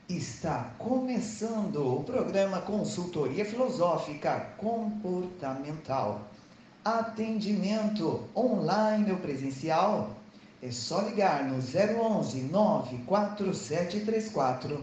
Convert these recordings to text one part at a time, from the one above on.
Está começando o programa Consultoria Filosófica Comportamental. Atendimento online ou presencial? É só ligar no 011 94734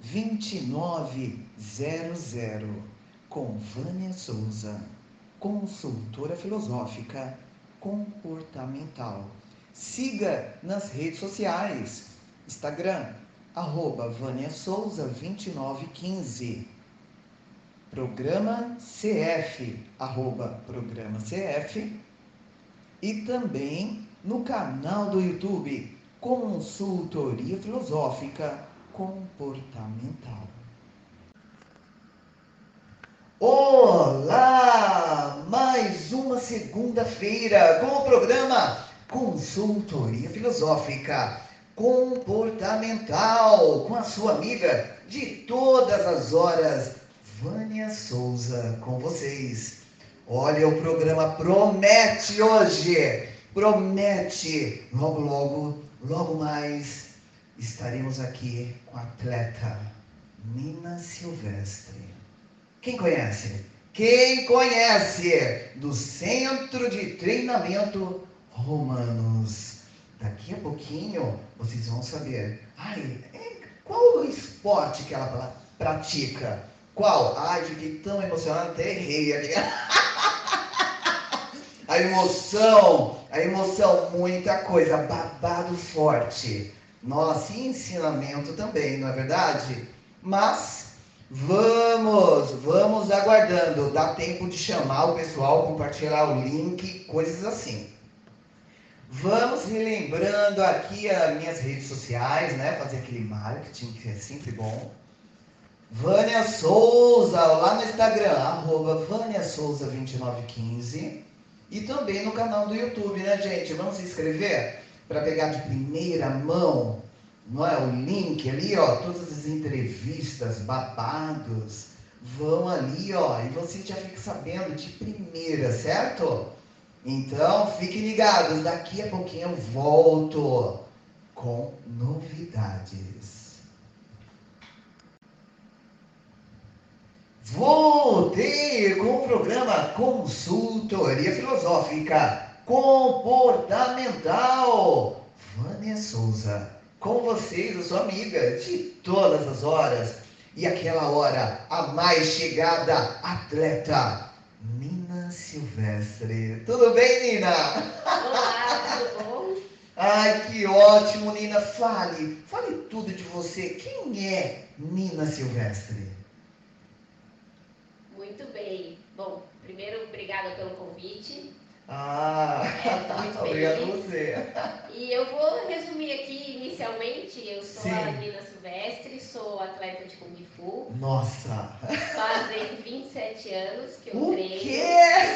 2900 com Vânia Souza, consultora filosófica comportamental. Siga nas redes sociais, Instagram, Vânia Souza 2915, Programa CF, Programa CF, e também no canal do YouTube, Consultoria Filosófica Comportamental. Olá! Mais uma segunda-feira com o programa Consultoria Filosófica Comportamental, com a sua amiga de todas as horas, Vânia Souza, com vocês. Olha, o programa promete hoje, promete. Logo mais, estaremos aqui com a atleta Nina Silvestre. Quem conhece? Quem conhece? Do Centro de Treinamento Romanos. Daqui a pouquinho vocês vão saber. Qual o esporte que ela pratica? Qual? Fiquei tão emocionado, até errei aqui. A emoção, muita coisa, babado forte. Nossa, e ensinamento também, não é verdade? Mas vamos aguardando. Dá tempo de chamar o pessoal, compartilhar o link, coisas assim. Vamos relembrando aqui as minhas redes sociais, né? Fazer aquele marketing que é sempre bom. Vânia Souza, lá no Instagram, Vânia Souza 2915. E também no canal do YouTube, né, gente? Vamos se inscrever para pegar de primeira mão, não é? O link ali, ó, todas as entrevistas, babados, vão ali, ó, e você já fica sabendo de primeira, certo? Então, fiquem ligados, daqui a pouquinho eu volto com novidades. Voltei com o programa Consultoria Filosófica Comportamental. Vânia Souza, com vocês, a sua amiga de todas as horas. E aquela hora, a mais chegada atleta, Nina Silvestre. Tudo bem, Nina? Olá, tudo bom? Ai, que ótimo, Nina. Fale tudo de você. Quem é Nina Silvestre? Muito bem. Bom, primeiro, obrigada pelo convite. Estou muito obrigado feliz. a você. E eu vou resumir aqui inicialmente. Eu sou a Sim. Nina Silvestre, sou atleta de Kung Fu. Nossa! Fazem 27 anos que eu O treino. quê?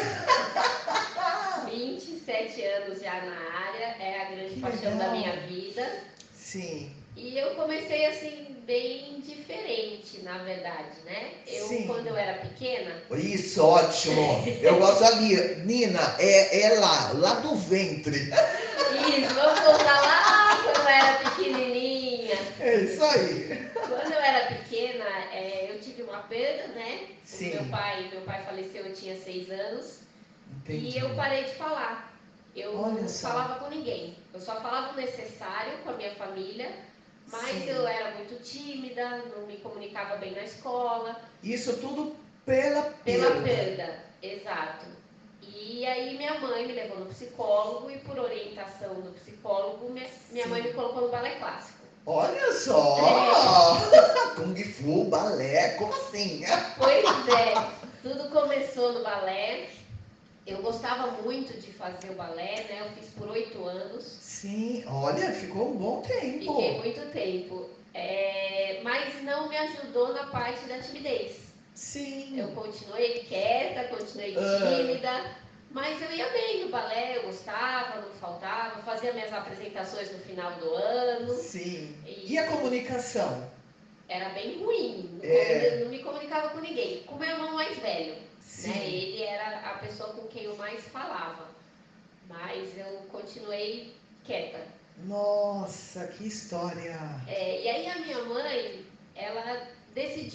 27 anos já na área, é a grande paixão legal. da minha vida. Sim. E eu comecei assim, bem diferente, na verdade, né? Sim. Quando eu era pequena... Isso, ótimo. Eu gosto ali. Nina, é lá do ventre. Isso, vamos voltar lá quando eu era pequenininha. É isso aí. Quando eu era pequena, eu tive uma perda, né? Sim. Meu pai faleceu, eu tinha 6 anos. Entendi. E eu parei de falar. Eu Olha não só. falava com ninguém. Eu só falava o necessário com a minha família. Mas Sim. eu era muito tímida, não me comunicava bem na escola. Isso tudo pela perda, exato. E aí minha mãe me levou no psicólogo e por orientação do psicólogo, minha mãe me colocou no balé clássico. Olha só! Kung Fu, balé, como assim? Pois é, tudo começou no balé. Eu gostava muito de fazer o balé, né? Eu fiz por 8 anos. Sim, olha, ficou um bom tempo. Fiquei muito tempo. Mas não me ajudou na parte da timidez. Sim. Eu continuei quieta, continuei tímida, mas eu ia bem no balé, eu gostava, não faltava, fazia minhas apresentações no final do ano. Sim. E a comunicação? Era bem ruim, não me comunicava com ninguém. Com meu irmão mais velho, né? Ele era a pessoa com quem eu mais falava, mas eu continuei quieta. Nossa, que história! E aí a minha mãe, ela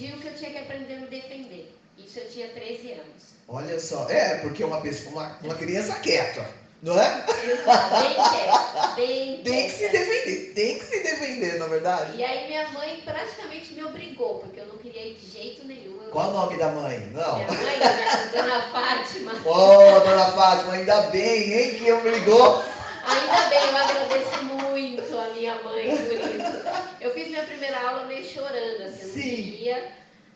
entendi o que eu tinha que aprender a me defender. Isso eu tinha 13 anos. Olha só, porque uma criança quieta, não é? Exato, bem quieta, bem Tem que se quieta. defender, tem que se defender, na verdade. E aí minha mãe praticamente me obrigou, porque eu não queria ir de jeito nenhum. Qual o nome da mãe? Não. Minha mãe, minha dona Fátima. Oh, dona Fátima, ainda bem, hein, que obrigou. Ainda bem, eu agradeço muito a minha mãe por isso. Eu fiz minha primeira aula meio chorando, assim, eu não queria.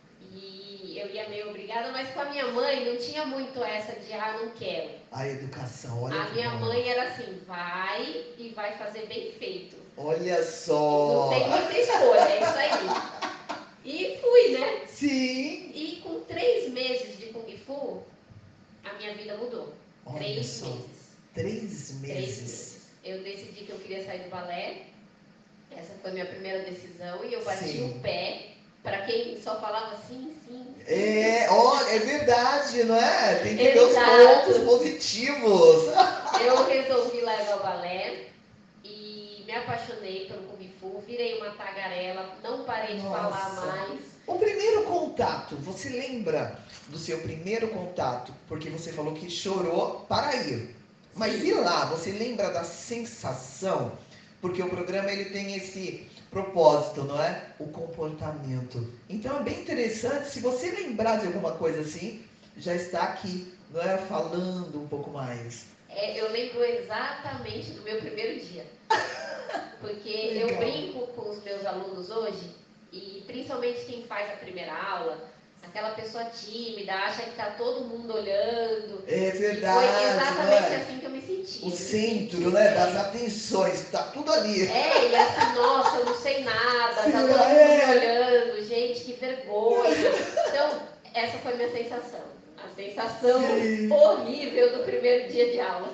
E eu ia meio obrigada, mas com a minha mãe não tinha muito essa de, não quero. A educação, olha a minha mãe era assim, vai e vai fazer bem feito. Olha só. Não tem muita escolha, é isso aí. E fui, né? Sim. E com 3 meses de Kung Fu, a minha vida mudou. Olha 3 só. meses. 3 meses. 3 meses. Eu decidi que eu queria sair do balé. Essa foi a minha primeira decisão. E eu bati o pé. Para quem só falava sim, sim. É verdade, não é? Tem que ver os pontos positivos. Eu resolvi largar o balé e me apaixonei pelo Kung Fu, virei uma tagarela, não parei de falar mais. O primeiro contato, você lembra do seu primeiro contato? Porque você falou que chorou para ir. Mas Sim. e lá, você lembra da sensação? Porque o programa ele tem esse propósito, não é? O comportamento. Então é bem interessante, se você lembrar de alguma coisa assim, já está aqui, não é? Falando um pouco mais. Eu lembro exatamente do meu primeiro dia. Porque Legal. eu brinco com os meus alunos hoje, e principalmente quem faz a primeira aula, aquela pessoa tímida, acha que está todo mundo olhando. É verdade. Foi exatamente assim que eu me senti. O centro, né, das atenções, está tudo ali. E assim, nossa, eu não sei nada, tá todo mundo me olhando, gente, que vergonha. Então, essa foi a minha sensação. A sensação horrível do primeiro dia de aula.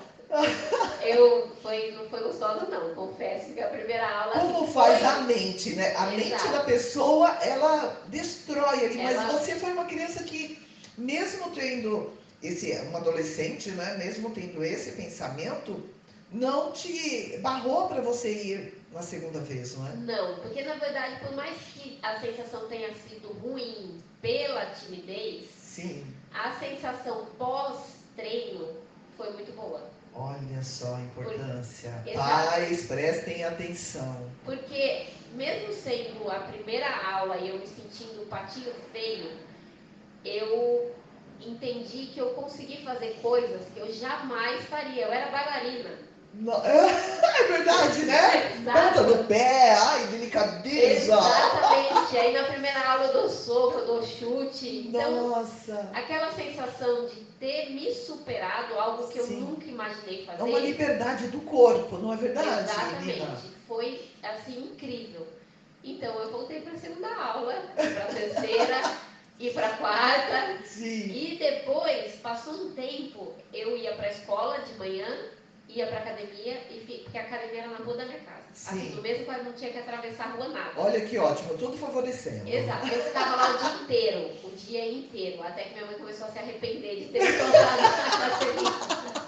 Não foi gostosa não, confesso que a primeira aula... Como faz a mente, né? A mente da pessoa, ela destrói ali, mas você foi uma criança que, mesmo tendo um adolescente, né? Mesmo tendo esse pensamento, não te barrou para você ir na segunda vez, não é? Não, porque na verdade, por mais que a sensação tenha sido ruim pela timidez, sim, a sensação pós-treino foi muito boa. Olha só a importância. Pais, prestem atenção. Porque mesmo sendo a primeira aula e eu me sentindo patinho feio, eu entendi que eu consegui fazer coisas que eu jamais faria. Eu era bailarina. É verdade, né? Ponta do pé, ai, delicadeza. Exatamente. Aí na primeira aula eu dou soco, eu dou chute. Então, nossa, aquela sensação de ter me superado, algo que eu nunca imaginei fazer. É uma liberdade do corpo, não é verdade? Exatamente. Nina? Foi, assim, incrível. Então, eu voltei para a segunda aula, para a terceira e para a quarta. Sim. E depois, passou um tempo, eu ia para a escola de manhã, ia para a academia, porque a academia era na rua da minha casa. Sim. Assim, no mesmo quase não tinha que atravessar a rua nada. Olha que ótimo, tudo favorecendo. Exato, eu ficava lá o dia inteiro, até que minha mãe começou a se arrepender de ter me colocado na academia.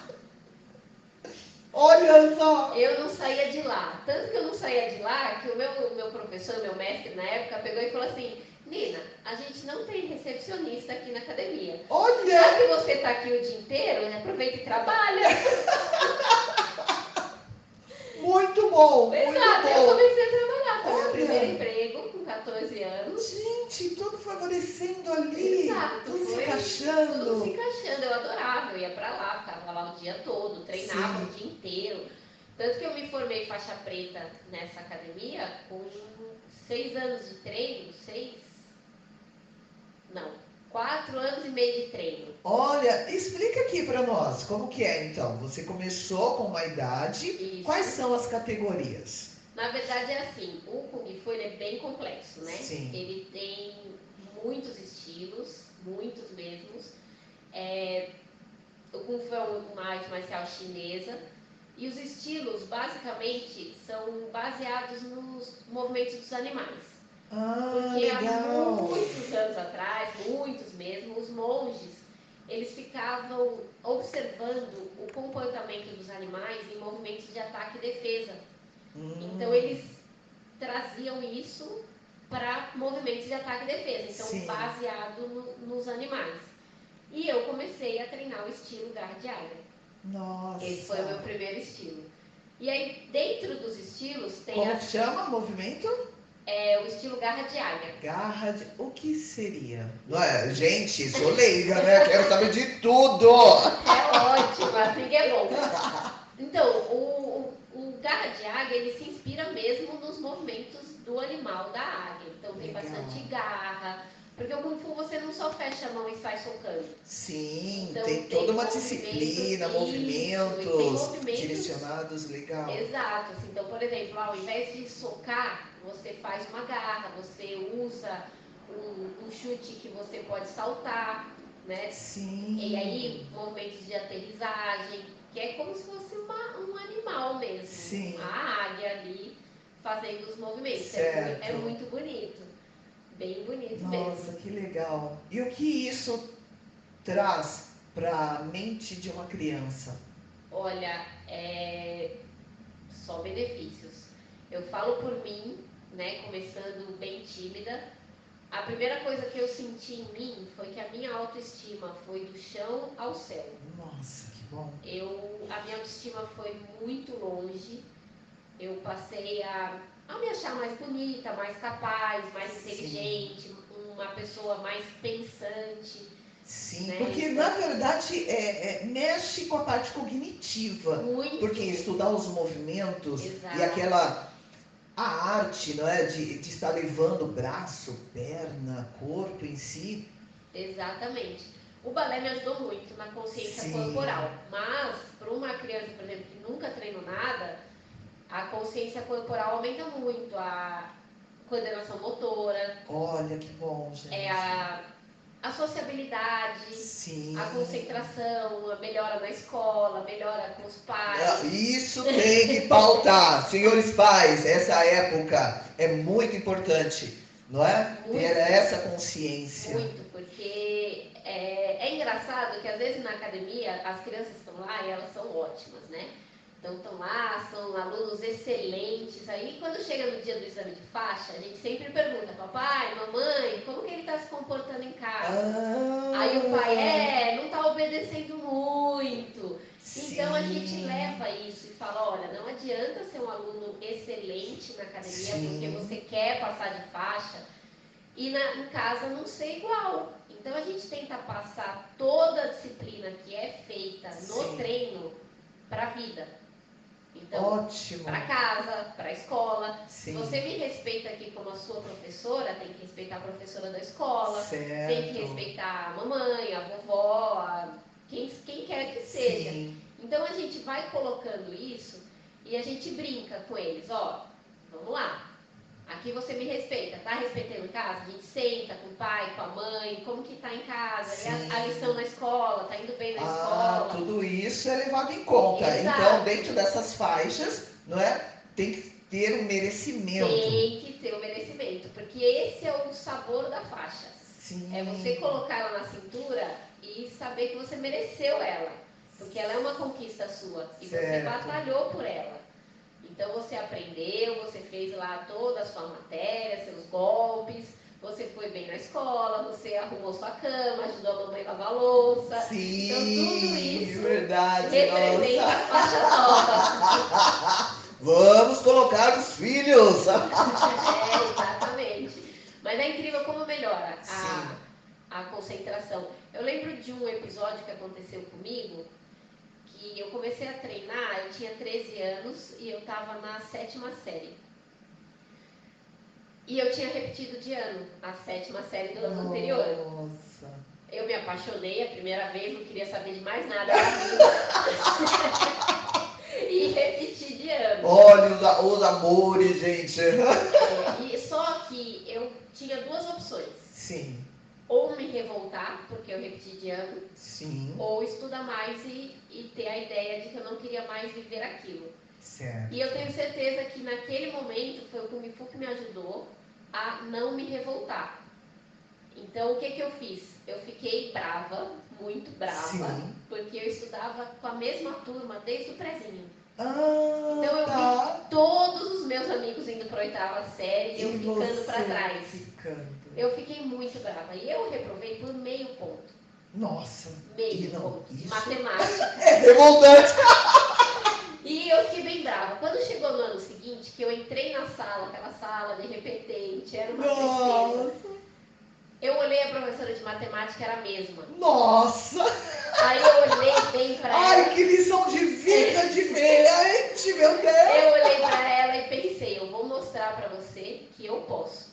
Olha só! Eu não saía de lá. Tanto que eu não saía de lá, que o meu professor, meu mestre na época, pegou e falou assim: Nina, a gente não tem recepcionista aqui na academia. Olha! Já que você está aqui o dia inteiro, aproveita e trabalha. Muito bom! Exato, muito bom. Eu comecei a trabalhar. Foi meu primeiro emprego, com 14 anos. Gente, tudo favorecendo ali. Exato, tudo se encaixando. Tudo se encaixando, eu adorava. Eu ia pra lá, ficava lá o dia todo, treinava o dia inteiro. Tanto que eu me formei faixa preta nessa academia com 6 anos de treino, 4 anos e meio de treino. Olha, explica aqui para nós, como que é então? Você começou com uma idade, Isso. Quais são as categorias? Na verdade é assim, o Kung Fu ele é bem complexo, né? Sim. Ele tem muitos estilos, muitos mesmos. O Kung Fu é uma arte marcial chinesa e os estilos basicamente são baseados nos movimentos dos animais. Porque legal. Há muitos anos atrás, muitos mesmo, os monges, eles ficavam observando o comportamento dos animais em movimentos de ataque e defesa. Então eles traziam isso para movimentos de ataque e defesa, então Sim. baseado nos animais. E eu comecei a treinar o estilo garra de águia. Nossa. Esse foi o meu primeiro estilo. E aí, dentro dos estilos, tem Como chama o movimento? o estilo garra de águia. Garra de... O que seria? Não é? Gente, sou leiga, né? Quero saber de tudo! É ótimo, assim que é bom. Então, o garra de águia, ele se inspira mesmo nos movimentos do animal da águia. Então, tem Legal. bastante garra. Porque o Kung Fu você não só fecha a mão e sai socando. Sim, Então, tem toda uma disciplina, isso, movimentos direcionados, legal. Exato. Assim, então, por exemplo, ao invés de socar, você faz uma garra, você usa um chute que você pode saltar, né? Sim. E aí, movimentos de aterrissagem, que é como se fosse um animal mesmo. Sim. A águia ali fazendo os movimentos. Certo. É muito bonito. Bem bonito mesmo. Nossa, que legal. E o que isso traz para a mente de uma criança? Olha, só benefícios. Eu falo por mim, né, começando bem tímida. A primeira coisa que eu senti em mim foi que a minha autoestima foi do chão ao céu. Nossa, que bom. A minha autoestima foi muito longe. Eu passei a me achar mais bonita, mais capaz, mais inteligente, uma pessoa mais pensante. Sim, né? porque Então, na verdade mexe com a parte cognitiva. muito. Porque estudar os movimentos Exato. e a arte, não é, de estar levando braço, perna, corpo em si. Exatamente. O balé me ajudou muito na consciência Sim. corporal, mas para uma criança, por exemplo, que nunca treinou nada, a consciência corporal aumenta muito, a coordenação motora, Olha que bom, gente. a sociabilidade, Sim. a concentração, a melhora na escola, melhora com os pais. Isso tem que pautar. Senhores pais, essa época é muito importante, não é? Muito. Ter essa consciência. Muito, porque é engraçado que às vezes na academia as crianças estão lá e elas são ótimas, né? Então estão lá, são alunos excelentes. Aí quando chega no dia do exame de faixa, a gente sempre pergunta, papai, mamãe, como que ele está se comportando em casa? Aí o pai, não está obedecendo muito. Sim. Então a gente leva isso e fala, olha, não adianta ser um aluno excelente na academia, Sim. porque você quer passar de faixa, e em casa não ser igual. Então a gente tenta passar toda a disciplina que é feita no Sim. treino para a vida. Então, ótimo. para casa, para a escola. Sim. Se você me respeita aqui como a sua professora, tem que respeitar a professora da escola, Certo. tem que respeitar a mamãe, a vovó, quem quer que seja. Sim. Então a gente vai colocando isso e a gente brinca com eles, vamos lá. Aqui você me respeita, tá respeitando em casa? A gente senta com o pai, com a mãe, como que tá em casa? E a lição na escola, tá indo bem na escola? Tudo isso é levado em conta. Exato. Então, dentro dessas faixas, não é? Tem que ter um merecimento. Tem que ter um merecimento, porque esse é o sabor da faixa. Sim. É você colocar ela na cintura e saber que você mereceu ela. Porque ela é uma conquista sua e certo. você batalhou por ela. Então você aprendeu, você fez lá toda a sua matéria, seus golpes, você foi bem na escola, você arrumou sua cama, ajudou a mamãe a lavar a louça. Sim, então tudo isso verdade, representa a faixa nova. Vamos colocar os filhos! Exatamente. Mas é incrível como melhora a concentração. Eu lembro de um episódio que aconteceu comigo, que eu comecei a treinar, eu tinha 13 anos e eu estava na 7ª série. E eu tinha repetido de ano, a 7ª série do ano anterior. Nossa. Eu me apaixonei a primeira vez, não queria saber de mais nada da vida. E repeti de ano. Olha os amores, gente. E só que eu tinha duas opções. Sim. Ou me revoltar, porque eu repeti de ano. Sim. Ou estudar mais e ter a ideia de que eu não queria mais viver aquilo. Certo. E eu tenho certeza que naquele momento foi o Kung Fu que me ajudou a não me revoltar. Então o que eu fiz? Eu fiquei brava, muito brava, Sim. porque eu estudava com a mesma turma desde o prézinho. Então eu tá. vi todos os meus amigos indo para a oitava série e eu ficando para você trás. ficando. Eu fiquei muito brava. E eu reprovei por meio ponto. Nossa. Meio não, ponto. De isso matemática. é revoltante. E eu fiquei bem brava. Quando chegou no ano seguinte, que eu entrei na sala, aquela sala de repetente, era uma tristeza. Eu olhei a professora de matemática, era a mesma. Nossa! Aí eu olhei bem pra ela. Ai, que lição de vida diferente, meu Deus! Eu olhei pra ela e pensei, eu vou mostrar pra você que eu posso.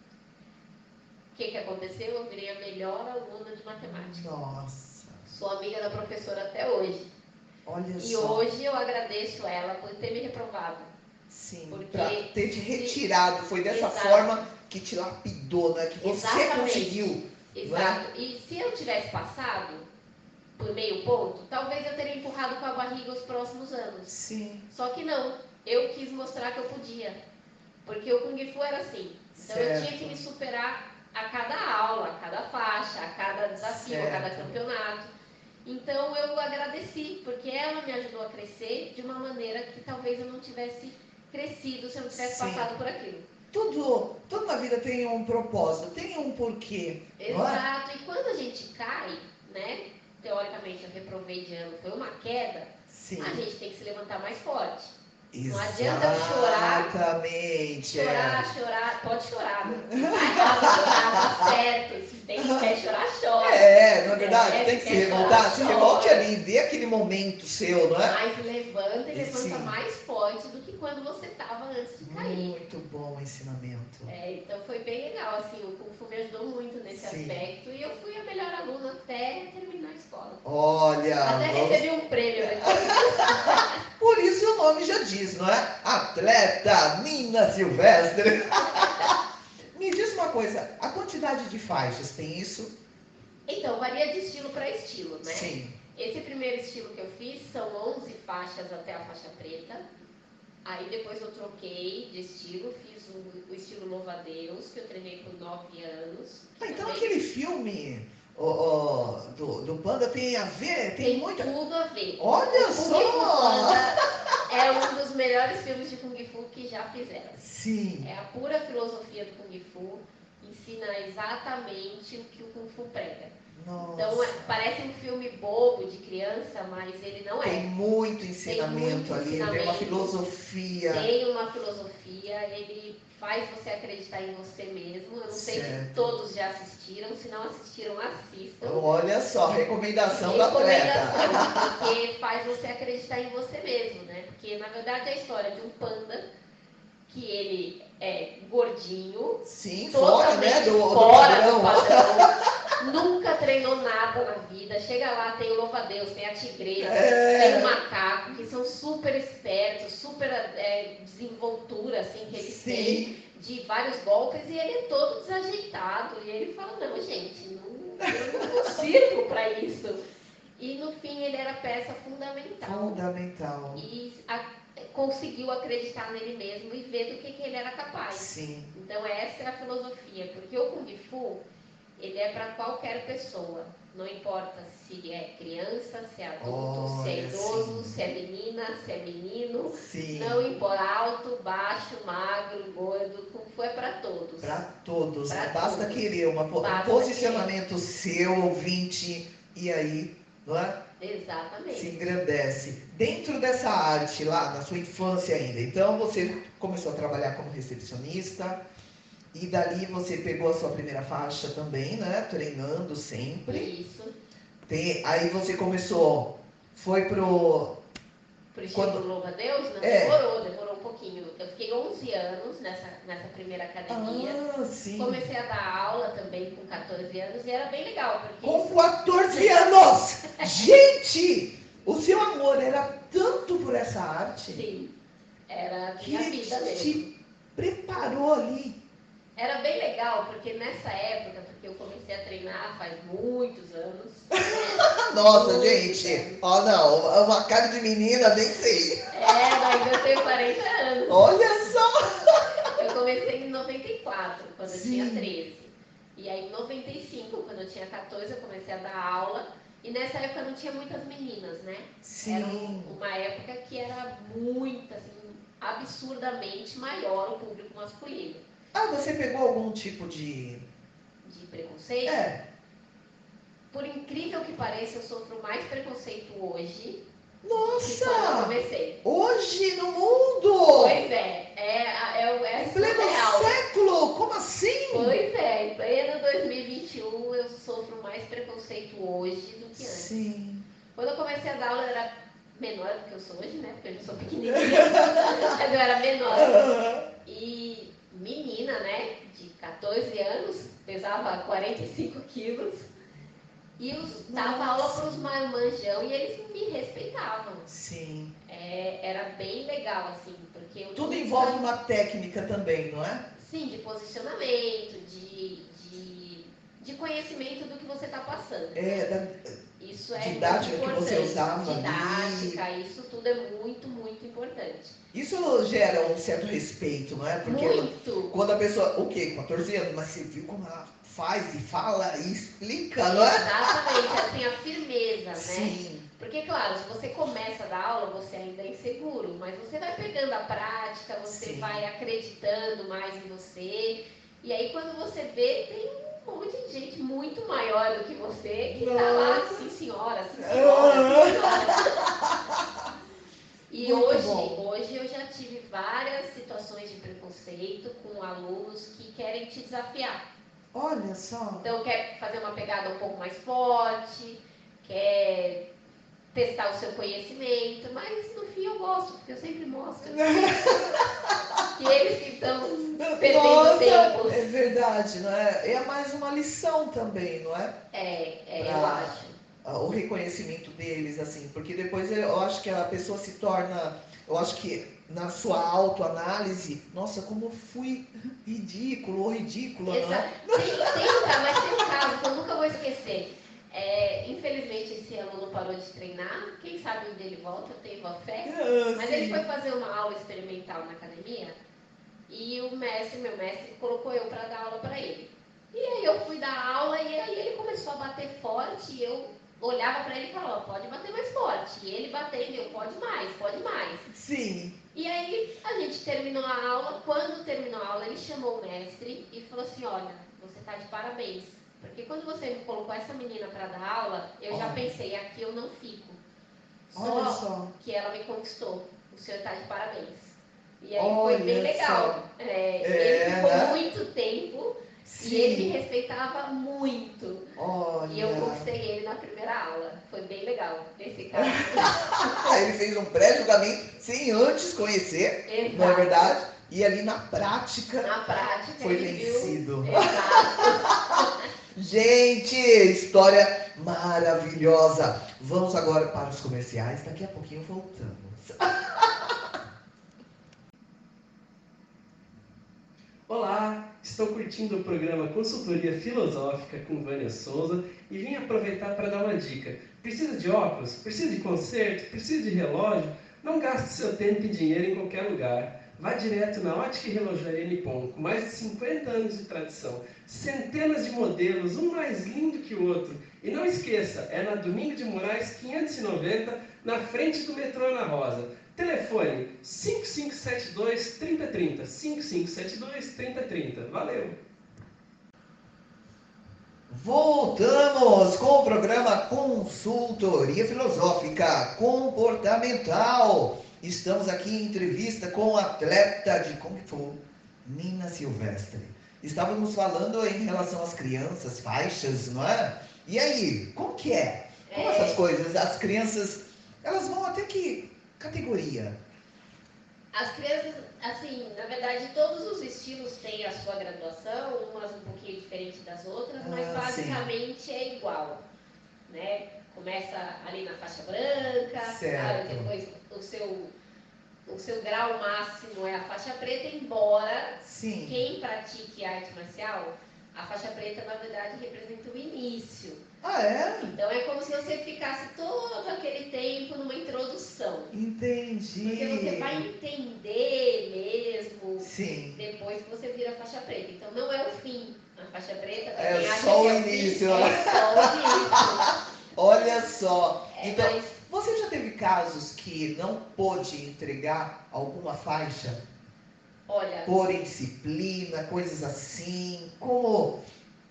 O que aconteceu? Eu virei a melhor aluna de matemática. Nossa! Sou amiga da professora até hoje. Olha e só. hoje eu agradeço ela por ter me reprovado. Sim, porque pra ter te retirado. Foi dessa forma que te lapidou, né? Que você conseguiu. Exato. Né? E se eu tivesse passado por meio ponto, talvez eu teria empurrado com a barriga os próximos anos. Sim. Só que não. Eu quis mostrar que eu podia. Porque o Kung Fu era assim. Então eu tinha que me superar a cada aula, a cada faixa, a cada desafio, a cada campeonato. Então eu agradeci, porque ela me ajudou a crescer de uma maneira que talvez eu não tivesse crescido se eu não tivesse passado por aquilo. Tudo na vida tem um propósito, tem um porquê. Exato. E quando a gente cai, né? Teoricamente eu reprovei de ano, foi uma queda. Sim. A gente tem que se levantar mais forte. Não adianta eu chorar. Exatamente. Chorar, pode chorar. Né? Chorar, tá certo. Se quer chorar, chora. Não é verdade? Tem que se revoltar. Se revolte ali, dê aquele momento seu, não é? Mas levanta e levanta mais forte do que quando você estava antes de cair. Muito bom o ensinamento. Então foi bem legal, assim, o Kung Fu me ajudou muito nesse aspecto e eu fui a melhor aluna até terminar a escola. Olha! Até recebi um prêmio depois. Por isso o nome já diz, não é? Atleta Nina Silvestre. Me diz uma coisa, a quantidade de faixas tem isso? Então, varia de estilo para estilo, né? Sim. Esse primeiro estilo que eu fiz são 11 faixas até a faixa preta. Aí depois eu troquei de estilo, fiz o estilo Louva-a-Deus, que eu treinei por 9 anos. Então também... aquele filme do Panda tem a ver? Tem tudo a ver. Olha só! Kung Fu Panda é um dos melhores filmes de Kung Fu que já fizeram. Sim. É a pura filosofia do Kung Fu, ensina exatamente o que o Kung Fu prega. Nossa. Então, parece um filme bobo de criança, mas ele não é. Tem muito ensinamento ali, tem uma filosofia. Tem uma filosofia, ele faz você acreditar em você mesmo. Eu não sei se todos já assistiram, se não assistiram, assistam. Olha só, recomendação da atleta. Porque faz você acreditar em você mesmo, né? Porque, na verdade, é a história de um panda que ele é gordinho. Sim, fora, né, do padrão. Nunca treinou nada na vida. Chega lá, tem o Louva-a-Deus, tem a tigresa, tem o macaco, que são super espertos, super desenvoltura, assim, que eles têm de vários golpes, e ele é todo desajeitado. E ele fala, não, gente, eu não sirvo para isso. E no fim ele era peça fundamental. E conseguiu acreditar nele mesmo e ver do que ele era capaz. Sim. Então essa é a filosofia, porque o Kung Fu, ele é para qualquer pessoa. Não importa se é criança, se é adulto, se é idoso, se é menina, se é menino. Sim. Não importa, alto, baixo, magro, gordo, Kung Fu é para todos. Para todos, basta querer um posicionamento seu, ouvinte, e aí, não é? Exatamente. Se engrandece. Dentro dessa arte lá, na sua infância ainda, então você começou a trabalhar como recepcionista, e dali você pegou a sua primeira faixa também, né? Treinando sempre. Isso. Aí você começou, foi pro estilo Louva-a-Deus, né? Demorou um pouquinho. Eu fiquei 11 anos nessa primeira academia. Sim. Comecei a dar aula também com 14 anos e era bem legal. Porque com 14 anos! Gente! O seu amor era tanto por essa arte. Sim. Era a minha vida mesmo. Te preparou ali. Era bem legal, porque nessa época, porque eu comecei a treinar faz muitos anos. Nossa, gente! Ó, não, uma cara de menina, nem sei. Mas eu tenho 40 anos. Olha só! Eu comecei em 94, quando eu tinha 13. E aí em 95, quando eu tinha 14, eu comecei a dar aula. E nessa época não tinha muitas meninas, né? Sim. Era uma época que era muito, assim, absurdamente maior o público masculino. Ah, você pegou algum tipo de preconceito? É. Por incrível que pareça, eu sofro mais preconceito hoje Nossa! que quando eu comecei. Hoje no mundo? Pois é. É em pleno surreal. século? Como assim? Pois é. Em pleno 2021, eu sofro mais preconceito hoje do que antes. Sim. Quando eu comecei a dar aula, eu era menor do que eu sou hoje, né? Porque eu não sou pequenininha. Mas eu era menor. E menina, né? De 14 anos, pesava 45 quilos. E eu dava aula para os marmanjão e eles me respeitavam. Sim. Era bem legal, assim, porque... Tudo envolve uma técnica também, não é? Sim, de posicionamento, de conhecimento do que você está passando. Isso é didática muito que você usava didática, ali. Isso tudo é muito, muito importante. Isso gera um certo respeito, não é? Porque muito. Quando a pessoa, 14 anos, mas você viu como ela faz e fala e explica, não é? Exatamente, assim, a firmeza, né? Sim. Porque, claro, se você começa a dar aula, você ainda é inseguro, mas você vai pegando a prática, você vai acreditando mais em você, e aí quando você vê, tem um monte de gente muito maior do que você que tá lá, sim senhora, sim senhora, sim senhora. E hoje eu já tive várias situações de preconceito com alunos que querem te desafiar. Olha só. Então quer fazer uma pegada um pouco mais forte, quer testar o seu conhecimento, mas no fim eu gosto, porque eu sempre mostro que eles que estão perdendo tempo. É verdade, não é? É mais uma lição também, não é? Eu acho. O reconhecimento deles, assim, porque depois eu acho que a pessoa se torna, eu acho que na sua autoanálise, nossa, como eu fui ridículo ou ridícula, não é? Mas tem um caso que eu nunca vou esquecer. Infelizmente esse aluno parou de treinar, quem sabe um dia ele volta, eu tenho uma fé. Mas ele foi fazer uma aula experimental na academia e meu mestre, colocou eu para dar aula para ele. E aí eu fui dar aula e aí ele começou a bater forte e eu olhava para ele e falava, pode bater mais forte. E ele batendo, eu, pode mais, pode mais. Sim. E aí a gente terminou a aula, quando terminou a aula ele chamou o mestre e falou assim, olha, você está de parabéns. Porque quando você me colocou essa menina para dar aula, eu já pensei, aqui eu não fico. Só que ela me conquistou. O senhor está de parabéns. E aí foi bem legal. Ele ficou muito tempo e ele me respeitava muito. E eu conquistei ele na primeira aula. Foi bem legal esse caso. Ele fez um pré-julgamento sem antes conhecer, Exato. Não é verdade? E ali na prática foi vencido. Exato. Gente, história maravilhosa. Vamos agora para os comerciais. Daqui a pouquinho voltamos. Olá, estou curtindo o programa Consultoria Filosófica com Vânia Souza e vim aproveitar para dar uma dica. Precisa de óculos? Precisa de conserto? Precisa de relógio? Não gaste seu tempo e dinheiro em qualquer lugar. Vá direto na Ótica e Relojaria Nippon, com mais de 50 anos de tradição, centenas de modelos, um mais lindo que o outro. E não esqueça, é na Domingo de Moraes 590, na frente do metrô Ana Rosa. Telefone 5572-3030, 5572-3030. Valeu! Voltamos com o programa Consultoria Filosófica Comportamental. Estamos aqui em entrevista com o atleta de Kung Fu, Nina Silvestre. Estávamos falando em relação às crianças, faixas, não é? E aí, como que é? Como essas coisas? As crianças, elas vão até que categoria? As crianças, assim, na verdade, todos os estilos têm a sua graduação, umas um pouquinho diferente das outras, mas basicamente é igual, né? Começa ali na faixa branca, sabe? Depois o seu grau máximo é a faixa preta, embora quem pratique arte marcial, a faixa preta, na verdade, representa o início. Ah, é? Então é como se você ficasse todo aquele tempo numa introdução. Entendi. Porque você vai entender mesmo depois que você vira faixa preta. Então não é o fim. A faixa preta é só o início. É só o início. Olha Olha só. Então, mas, você já teve casos que não pôde entregar alguma faixa olha, por indisciplina, coisas assim? Como?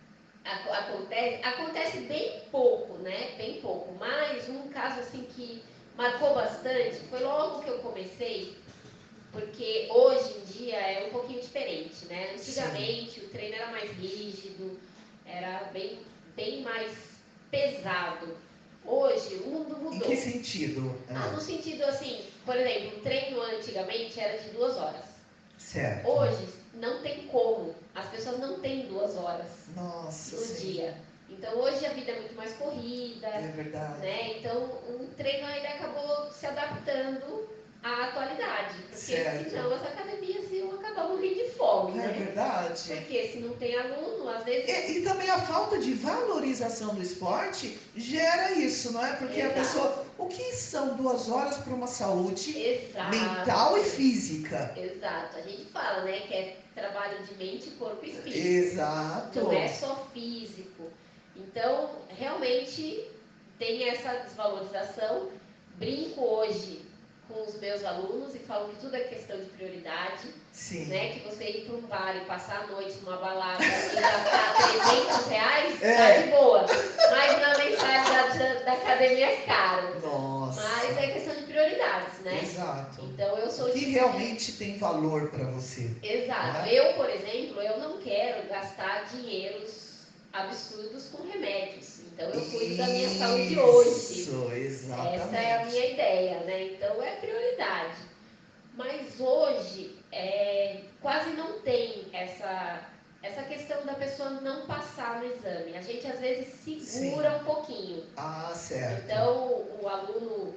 acontece bem pouco, né? Bem pouco. Mas um caso assim que marcou bastante foi logo que eu comecei, porque hoje em dia é um pouquinho diferente, né? Antigamente o treino era mais rígido, era bem mais pesado. Hoje o mundo Em mudou. que sentido? No sentido assim, por exemplo, o treino antigamente era de 2 horas. Certo. Hoje não tem como. As pessoas não têm 2 horas Nossa, no sim. dia. Então hoje a vida é muito mais corrida, É verdade. né? Então o treino ele acabou se adaptando à atualidade, porque Certo. senão as academias iam acabar morrendo de fome, É né? verdade. Porque se não tem aluno, às vezes. E também a falta de valorização do esporte gera isso, não é? Porque a Exato. pessoa. O que são 2 horas para uma saúde Exato. mental e física? Exato. A gente fala, né, que é trabalho de mente, corpo e espírito. Exato. Não é só físico. Então, realmente tem essa desvalorização. Brinco hoje com os meus alunos e falo que tudo é questão de prioridade. Sim. Né? Que você ir para um bar e passar a noite numa balada e gastar R$300, tá É. de boa. Mas na mensalidade da academia é caro. Nossa. Mas é questão de prioridades, né? Exato. Então eu sou O que tipo realmente tem valor para você. Exato. Não é? Eu, por exemplo, eu não quero gastar dinheiros absurdos com remédios. Então eu cuido da minha saúde hoje. Isso, exatamente. Essa é a minha ideia, né? Então é prioridade. Mas hoje quase não tem essa questão da pessoa não passar no exame. A gente às vezes segura um pouquinho. Ah, certo. Então o aluno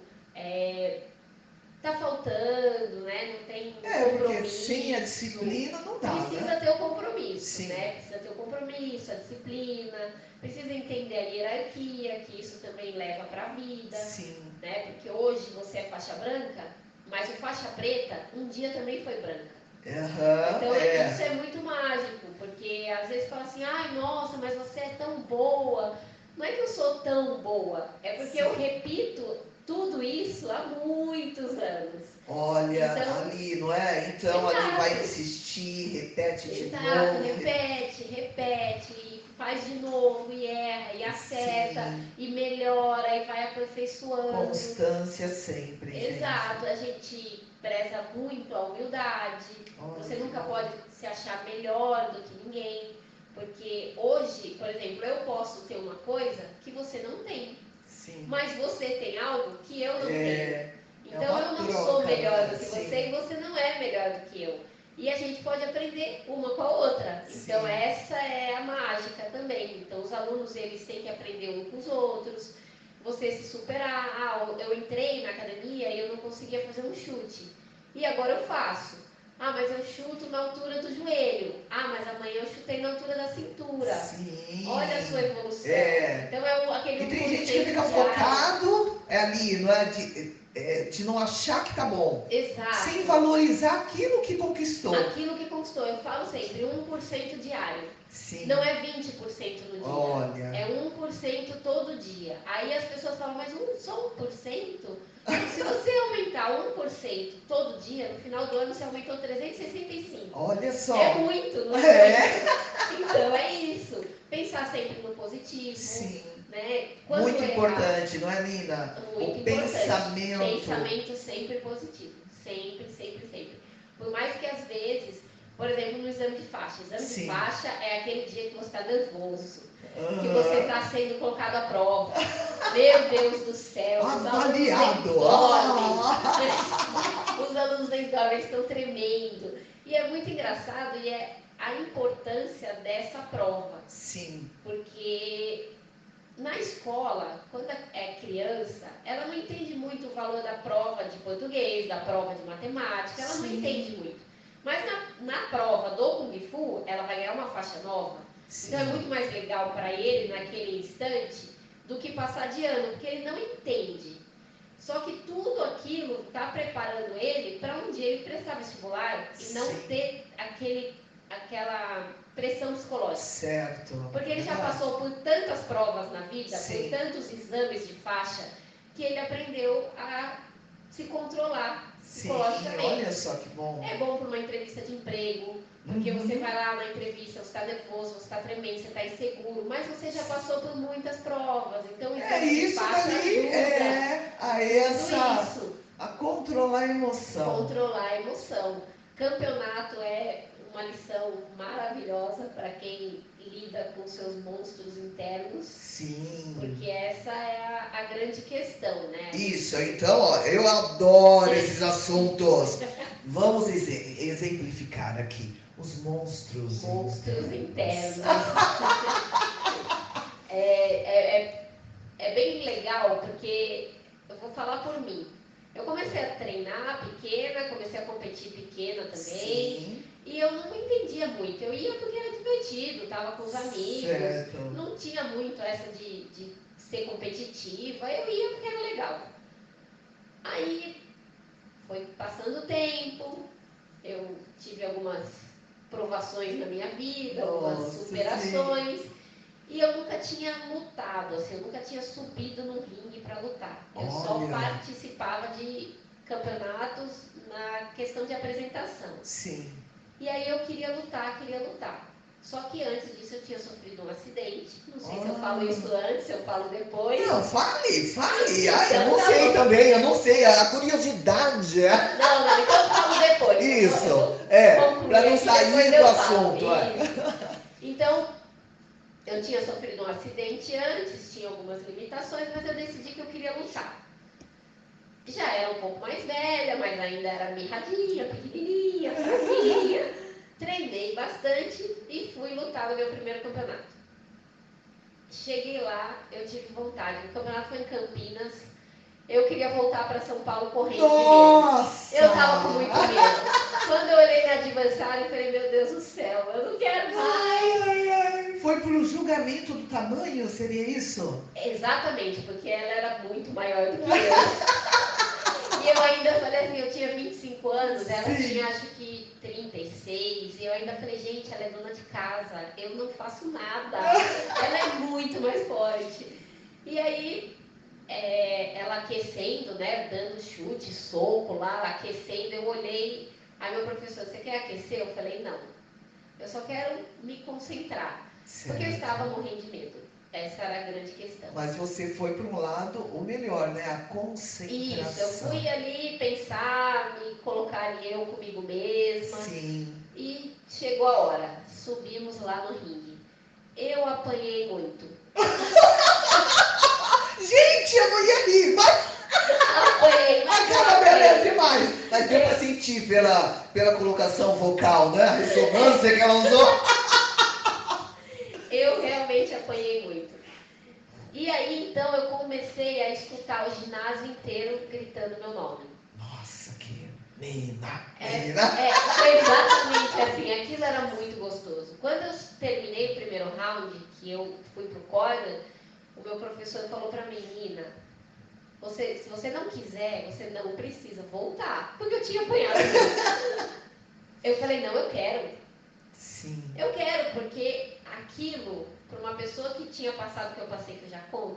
tá faltando, né? Não tem Porque compromisso. sem a disciplina não dá, Precisa né? ter o compromisso, Sim. né? Precisa ter o compromisso, a disciplina, precisa entender a hierarquia, que isso também leva para a vida, Sim. né? Porque hoje você é faixa branca, mas o faixa preta um dia também foi branca. Então isso é muito mágico, porque às vezes fala assim, ai nossa, mas você é tão boa. Não é que eu sou tão boa, é porque eu repito tudo isso há muitos anos. Olha, Então, ali, não é? Então ali exato. vai insistir, repete de Exato, novo. repete, faz de novo, e erra, e acerta, Sim. e melhora, e vai aperfeiçoando. Constância sempre, Exato, a gente preza muito a humildade. Olha. Você nunca pode se achar melhor do que ninguém. Porque hoje, por exemplo, eu posso ter uma coisa que você não tem. Sim. Mas você tem algo que eu não tenho. Então uma eu não troca, sou melhor né? do que Sim. você e você não é melhor do que eu. E a gente pode aprender uma com a outra. Então Sim. essa é a mágica também. Então os alunos eles têm que aprender um com os outros. Você se superar. Eu entrei na academia e eu não conseguia fazer um chute. E agora eu faço. Mas eu chuto na altura do joelho. Mas amanhã eu chutei na altura da cintura. Sim. Olha a sua evolução. Então aquele e tem gente que fica focado ali, não é? De não achar que tá bom. Exato. Sem valorizar aquilo que conquistou. Aquilo que conquistou. Eu falo sempre, 1% diário. Sim. Não é 20% no dia. Olha. É 1% todo dia. Aí as pessoas falam, mas só 1%? Se você aumentar 1% todo dia, no final do ano você aumentou 365. Olha só. É muito, não é? Então é isso. Pensar sempre no positivo. Sim. Né? Muito importante, não é, Nina? Muito o importante. pensamento. Pensamento sempre positivo. Sempre. Por mais que às vezes, por exemplo, no exame de faixa. Exame de faixa é aquele dia que você está nervoso. Que você está sendo colocado à prova. Meu Deus do céu. Avaliado. Os alunos nem dormem, eles estão tremendo. E é muito engraçado e é a importância dessa prova. Sim. Porque na escola, quando é criança, ela não entende muito o valor da prova de português, da prova de matemática, ela não entende muito. Mas na prova do Kung Fu, ela vai ganhar uma faixa nova. Sim. Então é muito mais legal para ele, naquele instante, do que passar de ano, porque ele não entende. Só que tudo aquilo está preparando ele para um dia ele prestar vestibular e não ter aquela pressão psicológica. Certo. Porque ele já passou por tantas provas na vida, por tantos exames de faixa, que ele aprendeu a se controlar psicologicamente. Olha só que bom. É bom para uma entrevista de emprego, porque você vai lá na entrevista, você está nervoso, você está tremendo, você está inseguro, mas você já passou por muitas provas, então isso daí, a controlar a emoção. Controlar a emoção. Campeonato é uma lição maravilhosa para quem lida com seus monstros internos. Sim. Porque essa é a grande questão, né? Isso, então, ó, eu adoro esses assuntos. Vamos exemplificar aqui. Os monstros internos. É bem legal, porque eu vou falar por mim. Eu comecei a treinar pequena, comecei a competir pequena também. Sim. E eu não entendia muito. Eu ia porque era divertido, estava com os amigos. Certo. Não tinha muito essa de ser competitiva. Eu ia porque era legal. Aí foi passando o tempo, eu tive algumas provações na minha vida, algumas superações. Sim. E eu nunca tinha lutado, assim, eu nunca tinha subido no ringue para lutar. Eu só participava de campeonatos na questão de apresentação. Sim. E aí eu queria lutar. Só que antes disso eu tinha sofrido um acidente. Não sei se eu falo isso antes, se eu falo depois. Não, fale. Eu não sei também, eu não sei. A curiosidade. Não, então eu falo depois. Isso, para não sair do assunto. Então, eu tinha sofrido um acidente antes, tinha algumas limitações, mas eu decidi que eu queria lutar. Já era um pouco mais velha, mas ainda era mirradinha, pequenininha, fraquinha. Treinei bastante e fui lutar no meu primeiro campeonato. Cheguei lá, eu tive vontade. O campeonato foi em Campinas. Eu queria voltar para São Paulo correndo de medo. Eu tava com muito medo. Quando eu olhei na adversária, eu falei, meu Deus do céu, eu não quero mais. Foi pro julgamento do tamanho, seria isso? Exatamente, porque ela era muito maior do que eu. E eu ainda falei assim, eu tinha 25 anos, ela tinha acho que 36, e eu ainda falei, gente, ela é dona de casa, eu não faço nada, ela é muito mais forte. E aí, ela aquecendo, né, dando chute, soco lá, aquecendo, eu olhei, aí meu professor, você quer aquecer? Eu falei, não, eu só quero me concentrar, porque eu estava morrendo de medo. Essa era a grande questão. Mas você foi para um lado, o melhor, né? A concentração. Isso, eu fui ali pensar, me colocar ali eu comigo mesma. Sim. E chegou a hora, subimos lá no ringue. Eu apanhei muito. Gente, eu não ia rir, mas... Apanhei, mas aquela beleza demais. Mas deu para sentir pela colocação vocal, né? A ressonância que ela usou. Eu realmente apanhei muito. E aí, então, eu comecei a escutar o ginásio inteiro gritando meu nome. Nossa, que menina. Foi exatamente assim. Aquilo era muito gostoso. Quando eu terminei o primeiro round, que eu fui pro corner, o meu professor falou pra mim, Nina, se você não quiser, você não precisa voltar. Porque eu tinha apanhado muito. Eu falei, não, eu quero. Sim. Eu quero, porque aquilo, para uma pessoa que tinha passado o que eu passei, que eu já conto,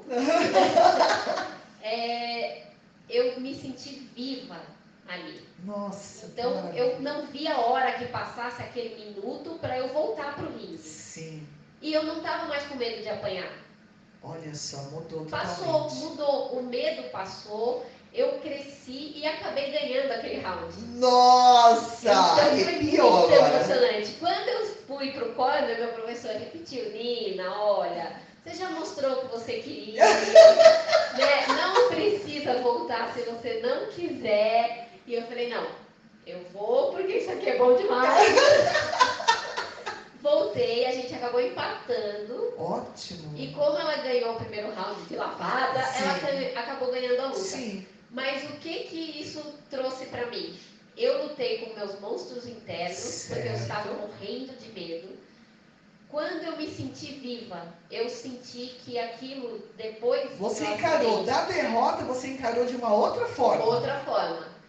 eu me senti viva ali. Nossa. Então, eu não vi a hora que passasse aquele minuto para eu voltar para o ringue. Sim. E eu não estava mais com medo de apanhar. Olha só, mudou totalmente. Passou, mudou. O medo passou. Eu cresci e acabei ganhando aquele round. Nossa! Então, arrepiou foi muito agora. emocionante. Quando eu fui pro corner, meu professor repetiu, Nina, olha, você já mostrou que você queria, né? Não precisa voltar se você não quiser. E eu falei, não, eu vou porque isso aqui é bom demais. Voltei, a gente acabou empatando. Ótimo. E como ela ganhou o primeiro round de lavada, ela acabou ganhando a luta. Sim. Mas o que isso trouxe para mim? Eu lutei com meus monstros internos, porque eu estava morrendo de medo. Quando eu me senti viva, eu senti que aquilo depois... Você encarou, da derrota, você encarou de uma outra forma. Outra forma.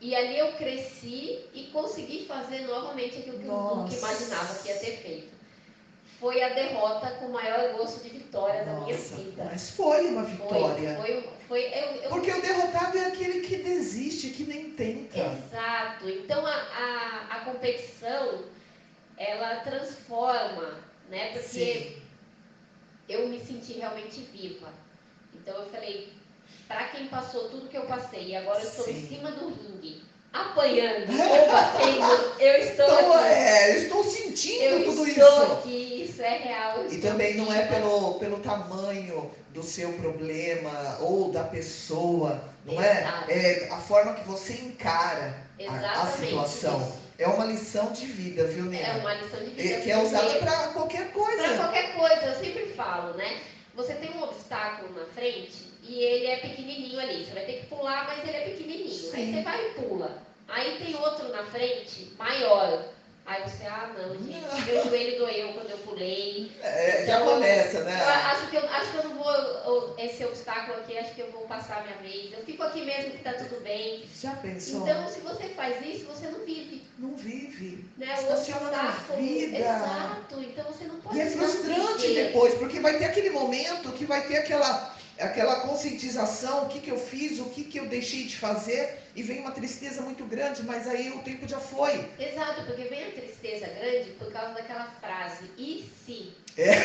E ali eu cresci e consegui fazer novamente aquilo que eu nunca imaginava que ia ter feito. Foi a derrota com o maior gosto de vitória da minha vida. Mas foi uma vitória. Porque o derrotado é aquele que desiste, que nem tenta. Exato. Então a competição, ela transforma, né? Porque eu me senti realmente viva. Então eu falei, para quem passou tudo que eu passei e agora eu estou em cima do ringue, apanhando ou batendo, eu estou aqui. Eu estou sentindo tudo isso. Eu estou aqui, isso é real. E também não é pelo tamanho do seu problema ou da pessoa, não Exato. é? É a forma que você encara a situação. Isso. É uma lição de vida, viu, Nina? É uma lição de vida. Que é usada para qualquer coisa. Para qualquer coisa, eu sempre falo, né? Você tem um obstáculo na frente e ele é pequenininho ali. Você vai ter que pular, mas ele é pequenininho. Sim. Aí você vai e pula. Aí tem outro na frente, maior. Aí você, não, gente, meu joelho doeu quando eu pulei. Então, já começa, né? Acho que eu não vou, esse obstáculo aqui, acho que eu vou passar a minha vez. Eu fico aqui mesmo que tá tudo bem. Já pensou? Então, se você faz isso, você não vive. Não vive. Né? Estaciona na vida. Exato. Então você não pode. E é frustrante depois, porque vai ter aquele momento que vai ter aquela conscientização, o que eu fiz, o que eu deixei de fazer, e vem uma tristeza muito grande, mas aí o tempo já foi. Exato, porque vem a tristeza grande por causa daquela frase, e se?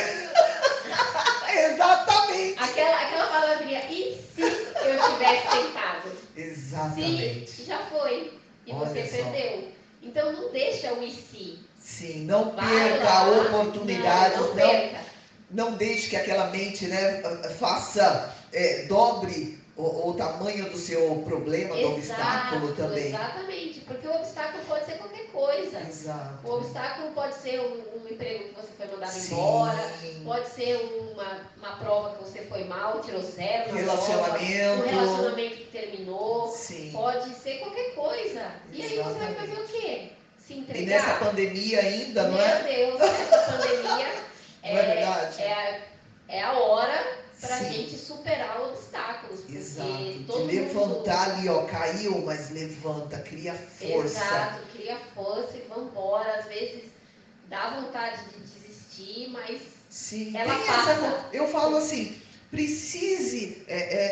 Exatamente. Aquela palavrinha, e se eu tivesse tentado? Exatamente. Se já foi, e olha você perdeu. Então não deixa o e se. Sim, não perca a oportunidade, não perca. Não deixe que aquela mente, né, faça, dobre o tamanho do seu problema, do obstáculo também. Exatamente, porque o obstáculo pode ser qualquer coisa. Exato. O obstáculo pode ser um emprego que você foi mandado embora, pode ser uma prova que você foi mal, tirou 0 na prova, um relacionamento que terminou, pode ser qualquer coisa. E aí você vai fazer o quê? Se entregar? E nessa pandemia ainda, não é? Meu Deus, nessa pandemia não é verdade? É a hora para a gente superar obstáculos. Exato. De levantar ali, ó, caiu, mas levanta, cria força. Exato, cria força e vambora. Às vezes dá vontade de desistir, mas ela passa. Eu falo assim, precise,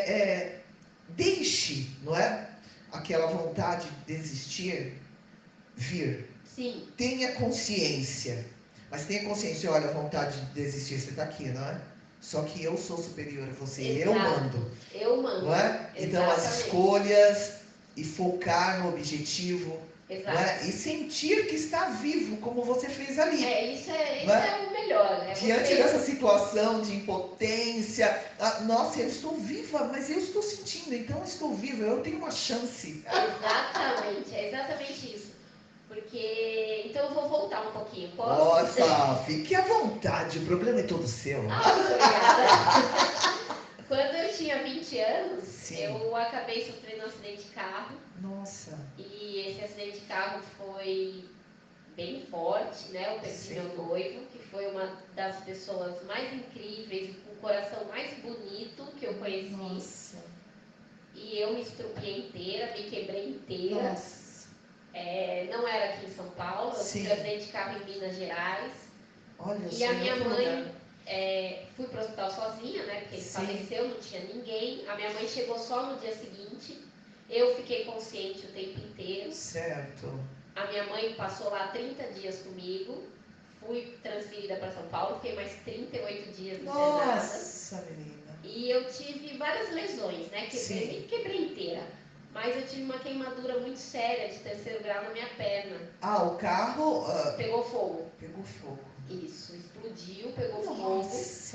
deixe, não é? Aquela vontade de desistir vir. Sim. Tenha consciência. Mas tenha consciência, olha, a vontade de desistir, você está aqui, não é? Só que eu sou superior a você, eu mando. Eu mando. Não é? Então as escolhas e focar no objetivo. Não é? E sentir que está vivo, como você fez ali. Isso é o melhor. Né? Diante dessa situação de impotência, nossa, eu estou viva, mas eu estou sentindo, então eu estou viva, eu tenho uma chance. Exatamente, é exatamente isso. Porque, então eu vou voltar um pouquinho, posso? Nossa, fique à vontade, o problema é todo seu. Muito obrigada. Quando eu tinha 20 anos, eu acabei sofrendo um acidente de carro. Nossa. E esse acidente de carro foi bem forte, né? Eu perdi meu noivo, que foi uma das pessoas mais incríveis, com o coração mais bonito que eu conheci. Nossa. E eu me estrupiei inteira, me quebrei inteira. Nossa. Não era aqui em São Paulo, eu tive acidente de carro em Minas Gerais. Olha, e a minha mãe, fui para o hospital sozinha, né? Porque ele faleceu, não tinha ninguém. A minha mãe chegou só no dia seguinte. Eu fiquei consciente o tempo inteiro. Certo. A minha mãe passou lá 30 dias comigo. Fui transferida para São Paulo, fiquei mais 38 dias internada. Nossa, menina. E eu tive várias lesões, né? Me quebrei inteira. Mas eu tive uma queimadura muito séria de 3º grau na minha perna. O carro... Pegou fogo. Pegou fogo. Isso, explodiu, pegou fogo.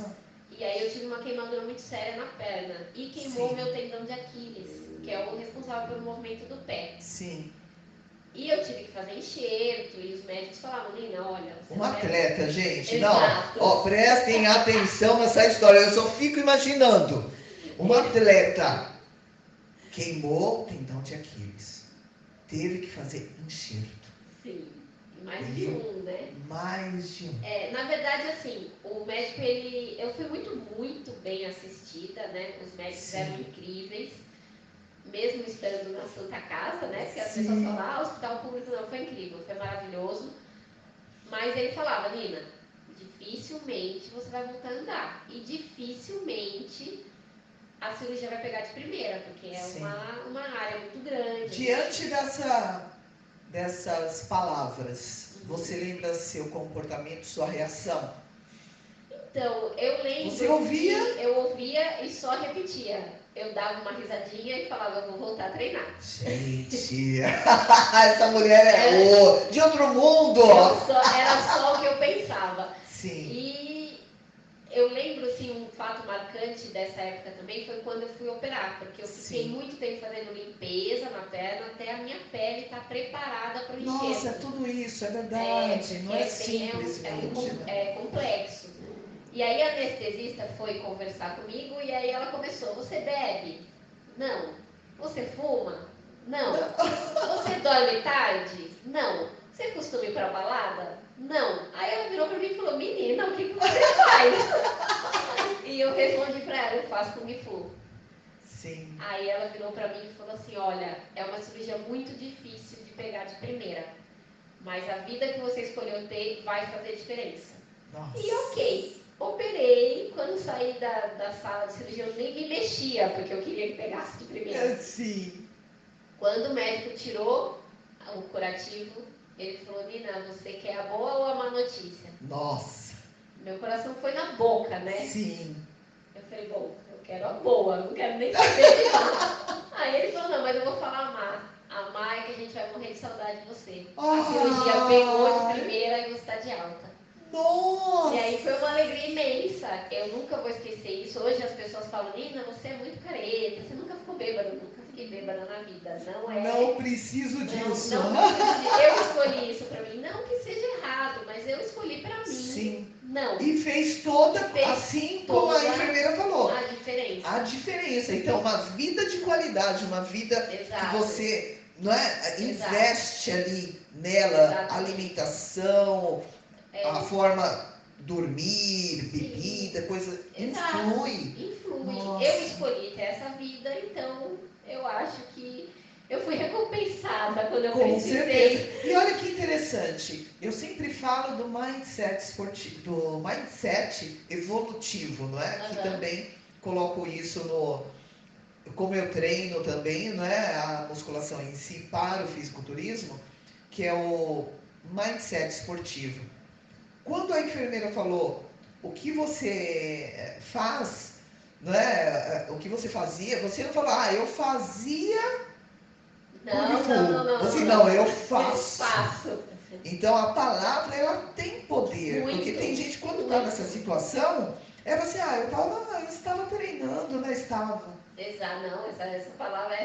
E aí eu tive uma queimadura muito séria na perna. E queimou o meu tendão de Aquiles, que é o responsável pelo movimento do pé. Sim. E eu tive que fazer enxerto, e os médicos falavam, Nina, olha... atleta, gente. Exato. Não, prestem atenção nessa história. Eu só fico imaginando. Uma atleta queimou o tendão de Aquiles. Teve que fazer enxerto. Sim. Mais de um, né? Mais de um. Na verdade, assim, o médico, eu fui muito bem assistida, né? Os médicos eram incríveis. mesmo estando na Santa Casa, né? Porque as Sim. pessoas falam, ah, hospital público não, foi incrível, foi maravilhoso. Mas ele falava, Nina, dificilmente você vai voltar a andar. E dificilmente a cirurgia vai pegar de primeira, porque é Sim. uma área muito grande. Diante dessas palavras, você lembra seu comportamento, sua reação? Então, eu lembro Você ouvia? que eu ouvia e só repetia. Eu dava uma risadinha e falava, eu vou voltar a treinar. Gente, essa mulher é de outro mundo. Era só o que eu pensava. Sim. E eu lembro, assim, um fato marcante dessa época também foi quando eu fui operar, porque eu fiquei muito tempo fazendo limpeza na perna até a minha pele estar preparada para o enxerto. Nossa, tudo isso, é verdade. Não é simples. É complexo. E aí a anestesista foi conversar comigo e aí ela começou, você bebe? Não. Você fuma? Não. Você dorme tarde? Não. Você costuma ir pra balada? Não. Aí ela virou pra mim e falou, menina, o que você faz? E eu respondi pra ela, eu faço Kung Fu. Sim. Aí ela virou pra mim e falou assim, olha, é uma cirurgia muito difícil de pegar de primeira, mas a vida que você escolheu ter vai fazer diferença. Nossa. E ok, operei, quando saí da sala de cirurgia eu nem me mexia, porque eu queria que pegasse de primeira. Sim. Quando o médico tirou o curativo, ele falou, Nina, você quer a boa ou a má notícia? Nossa. Meu coração foi na boca, né? Sim. Eu falei, bom, eu quero a boa, não quero nem saber de má. Aí ele falou, não, mas eu vou falar a má. A má é que a gente vai morrer de saudade de você. A cirurgia pegou de primeira e você está de alta. Nossa. E aí foi uma alegria imensa. Eu nunca vou esquecer isso. Hoje as pessoas falam, Nina, você é muito careta, você nunca ficou bêbada. Eu nunca fiquei bêbada na vida. Não preciso disso. Eu escolhi isso pra mim. Não que seja errado, mas eu escolhi pra mim. Sim. Não. E fez assim como a enfermeira falou. A diferença. A diferença. Então, uma vida de qualidade, uma vida que você investe ali nela, alimentação, a forma dormir, bebida, coisa, influi. Nossa. Eu escolhi ter essa vida, então eu acho que eu fui recompensada quando eu precisei. Com certeza. E olha que interessante, eu sempre falo do mindset esportivo, do mindset evolutivo, não é? Que também coloco isso como eu treino também, não é? A musculação em si para o fisiculturismo, que é o mindset esportivo. Quando a enfermeira falou o que você faz, né? O que você fazia, você não falou, eu fazia. Não, eu faço. Então a palavra ela tem poder, porque tem gente quando está nessa situação, ela assim, eu estava treinando, né? Estava. Exato, não, essa palavra,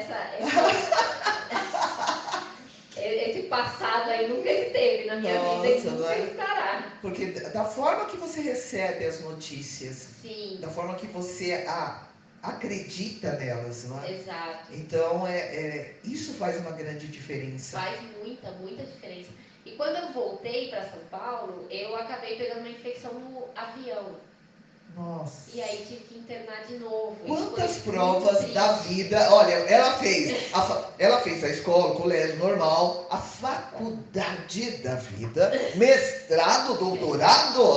esse passado aí nunca esteve na minha vida e nunca estará. Porque da forma que você recebe as notícias, sim, da forma que você acredita nelas, não é? Exato. Então, isso faz uma grande diferença. Faz muita, muita diferença. E quando eu voltei para São Paulo, eu acabei pegando uma infecção no avião. Nossa. E aí tive que internar de novo. Quantas provas da vida, olha, ela fez a escola, o colégio normal, a faculdade da vida, mestrado, doutorado.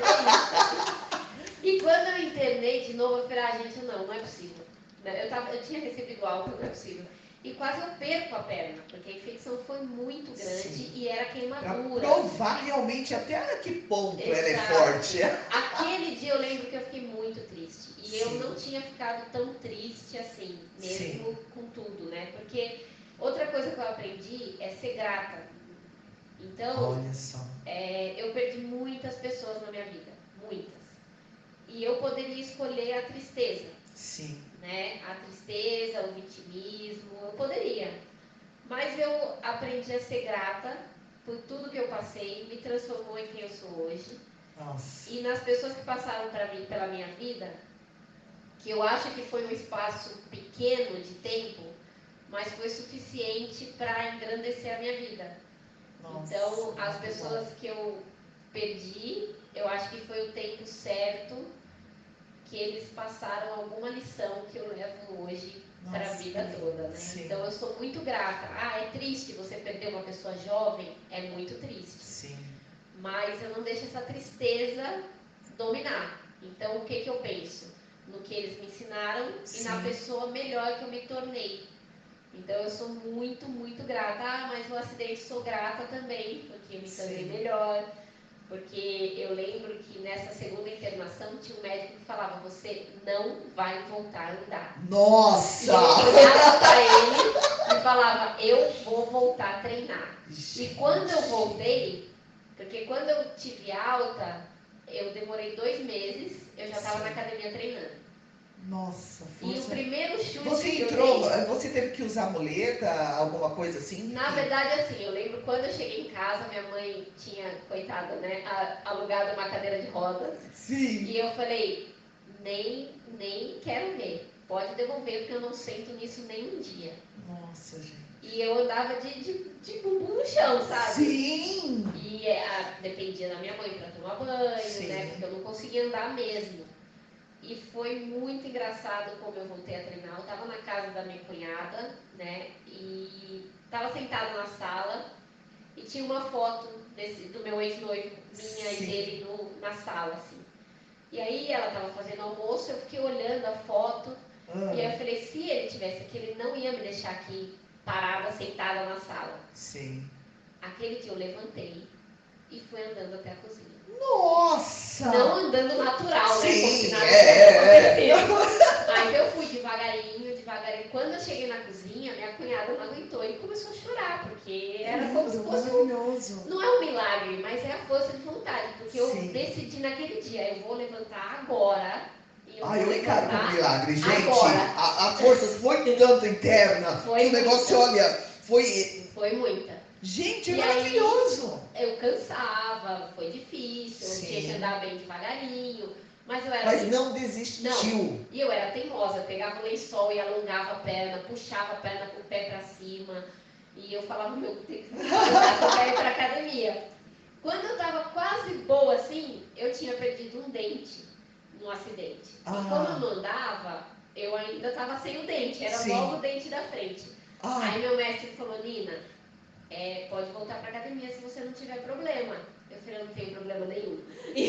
E quando eu internei de novo, eu falei, gente, não é possível. Eu tinha recebido alta, não é possível. E quase eu perco a perna, porque a infecção foi muito grande e era queimadura. Pra provar realmente até a que ponto ela é forte. Aquele dia eu lembro que eu fiquei muito triste. E eu não tinha ficado tão triste assim, mesmo com tudo, né? Porque outra coisa que eu aprendi é ser grata. Então, olha só. Eu perdi muitas pessoas na minha vida, muitas. E eu poderia escolher a tristeza. Sim. Né? A tristeza, o vitimismo, eu poderia. Mas eu aprendi a ser grata por tudo que eu passei, me transformou em quem eu sou hoje. Nossa. E nas pessoas que passaram pela minha vida, que eu acho que foi um espaço pequeno de tempo, mas foi suficiente para engrandecer a minha vida. Nossa, então, as pessoas que eu perdi, eu acho que foi o tempo certo porque eles passaram alguma lição que eu levo hoje para a vida toda, né? Sim. Então eu sou muito grata. É triste você perder uma pessoa jovem, é muito triste. Sim. Mas eu não deixo essa tristeza dominar. Então o que eu penso? No que eles me ensinaram e na pessoa melhor que eu me tornei. Então eu sou muito, muito grata. Mas no acidente sou grata também, porque eu me tornei melhor. Porque eu lembro que nessa segunda internação tinha um médico que falava: você não vai voltar a andar. Nossa! E eu olhava para ele e falava: eu vou voltar a treinar. E quando eu voltei, porque quando eu tive alta, eu demorei 2 meses, eu já estava na academia treinando. Nossa, força. E o primeiro chute você que entrou, eu dei, você teve que usar muleta, alguma coisa assim? na verdade, assim, eu lembro quando eu cheguei em casa, minha mãe tinha, coitada, né, alugado uma cadeira de rodas. Sim. E eu falei: nem quero ver, pode devolver, porque eu não sento nisso nem um dia. Nossa, gente. E eu andava de bumbum no chão, sabe? Sim! E dependia da minha mãe para tomar banho, né? Porque eu não conseguia andar mesmo. E foi muito engraçado como eu voltei a treinar. Eu estava na casa da minha cunhada, né? E estava sentada na sala e tinha uma foto do meu ex-noivo, minha e dele na sala, assim. E aí ela estava fazendo almoço, eu fiquei olhando a foto. E aí eu falei: se ele tivesse aqui, ele não ia me deixar aqui parada, sentada na sala. Sim. Aquele dia eu levantei e fui andando até a cozinha. Nossa! Não andando natural, né? Como se Sim, nada tivesse acontecido. Mas eu fui devagarinho. Quando eu cheguei na cozinha, minha cunhada não aguentou e começou a chorar, porque era como se fosse maravilhoso. Não é um milagre, mas é a força de vontade. Porque eu decidi naquele dia: eu vou levantar agora. Eu encaro como milagre, gente. Agora. A força foi tanto interna. Foi que o negócio, olha, foi muita. Gente, E maravilhoso. Aí, eu cansava, foi difícil, eu tinha que andar bem devagarinho. Mas não desistiu. Não. E eu era teimosa, eu pegava o lençol e alongava a perna, puxava a perna com o pé pra cima. E eu falava: meu Deus, eu quero ir pra academia. Quando eu tava quase boa assim, eu tinha perdido um dente num acidente. E como eu não andava, eu ainda estava sem o dente, era logo o dente da frente. Aí meu mestre falou: Nina, pode voltar para academia se você não tiver problema. Eu falei: eu não tenho problema nenhum. E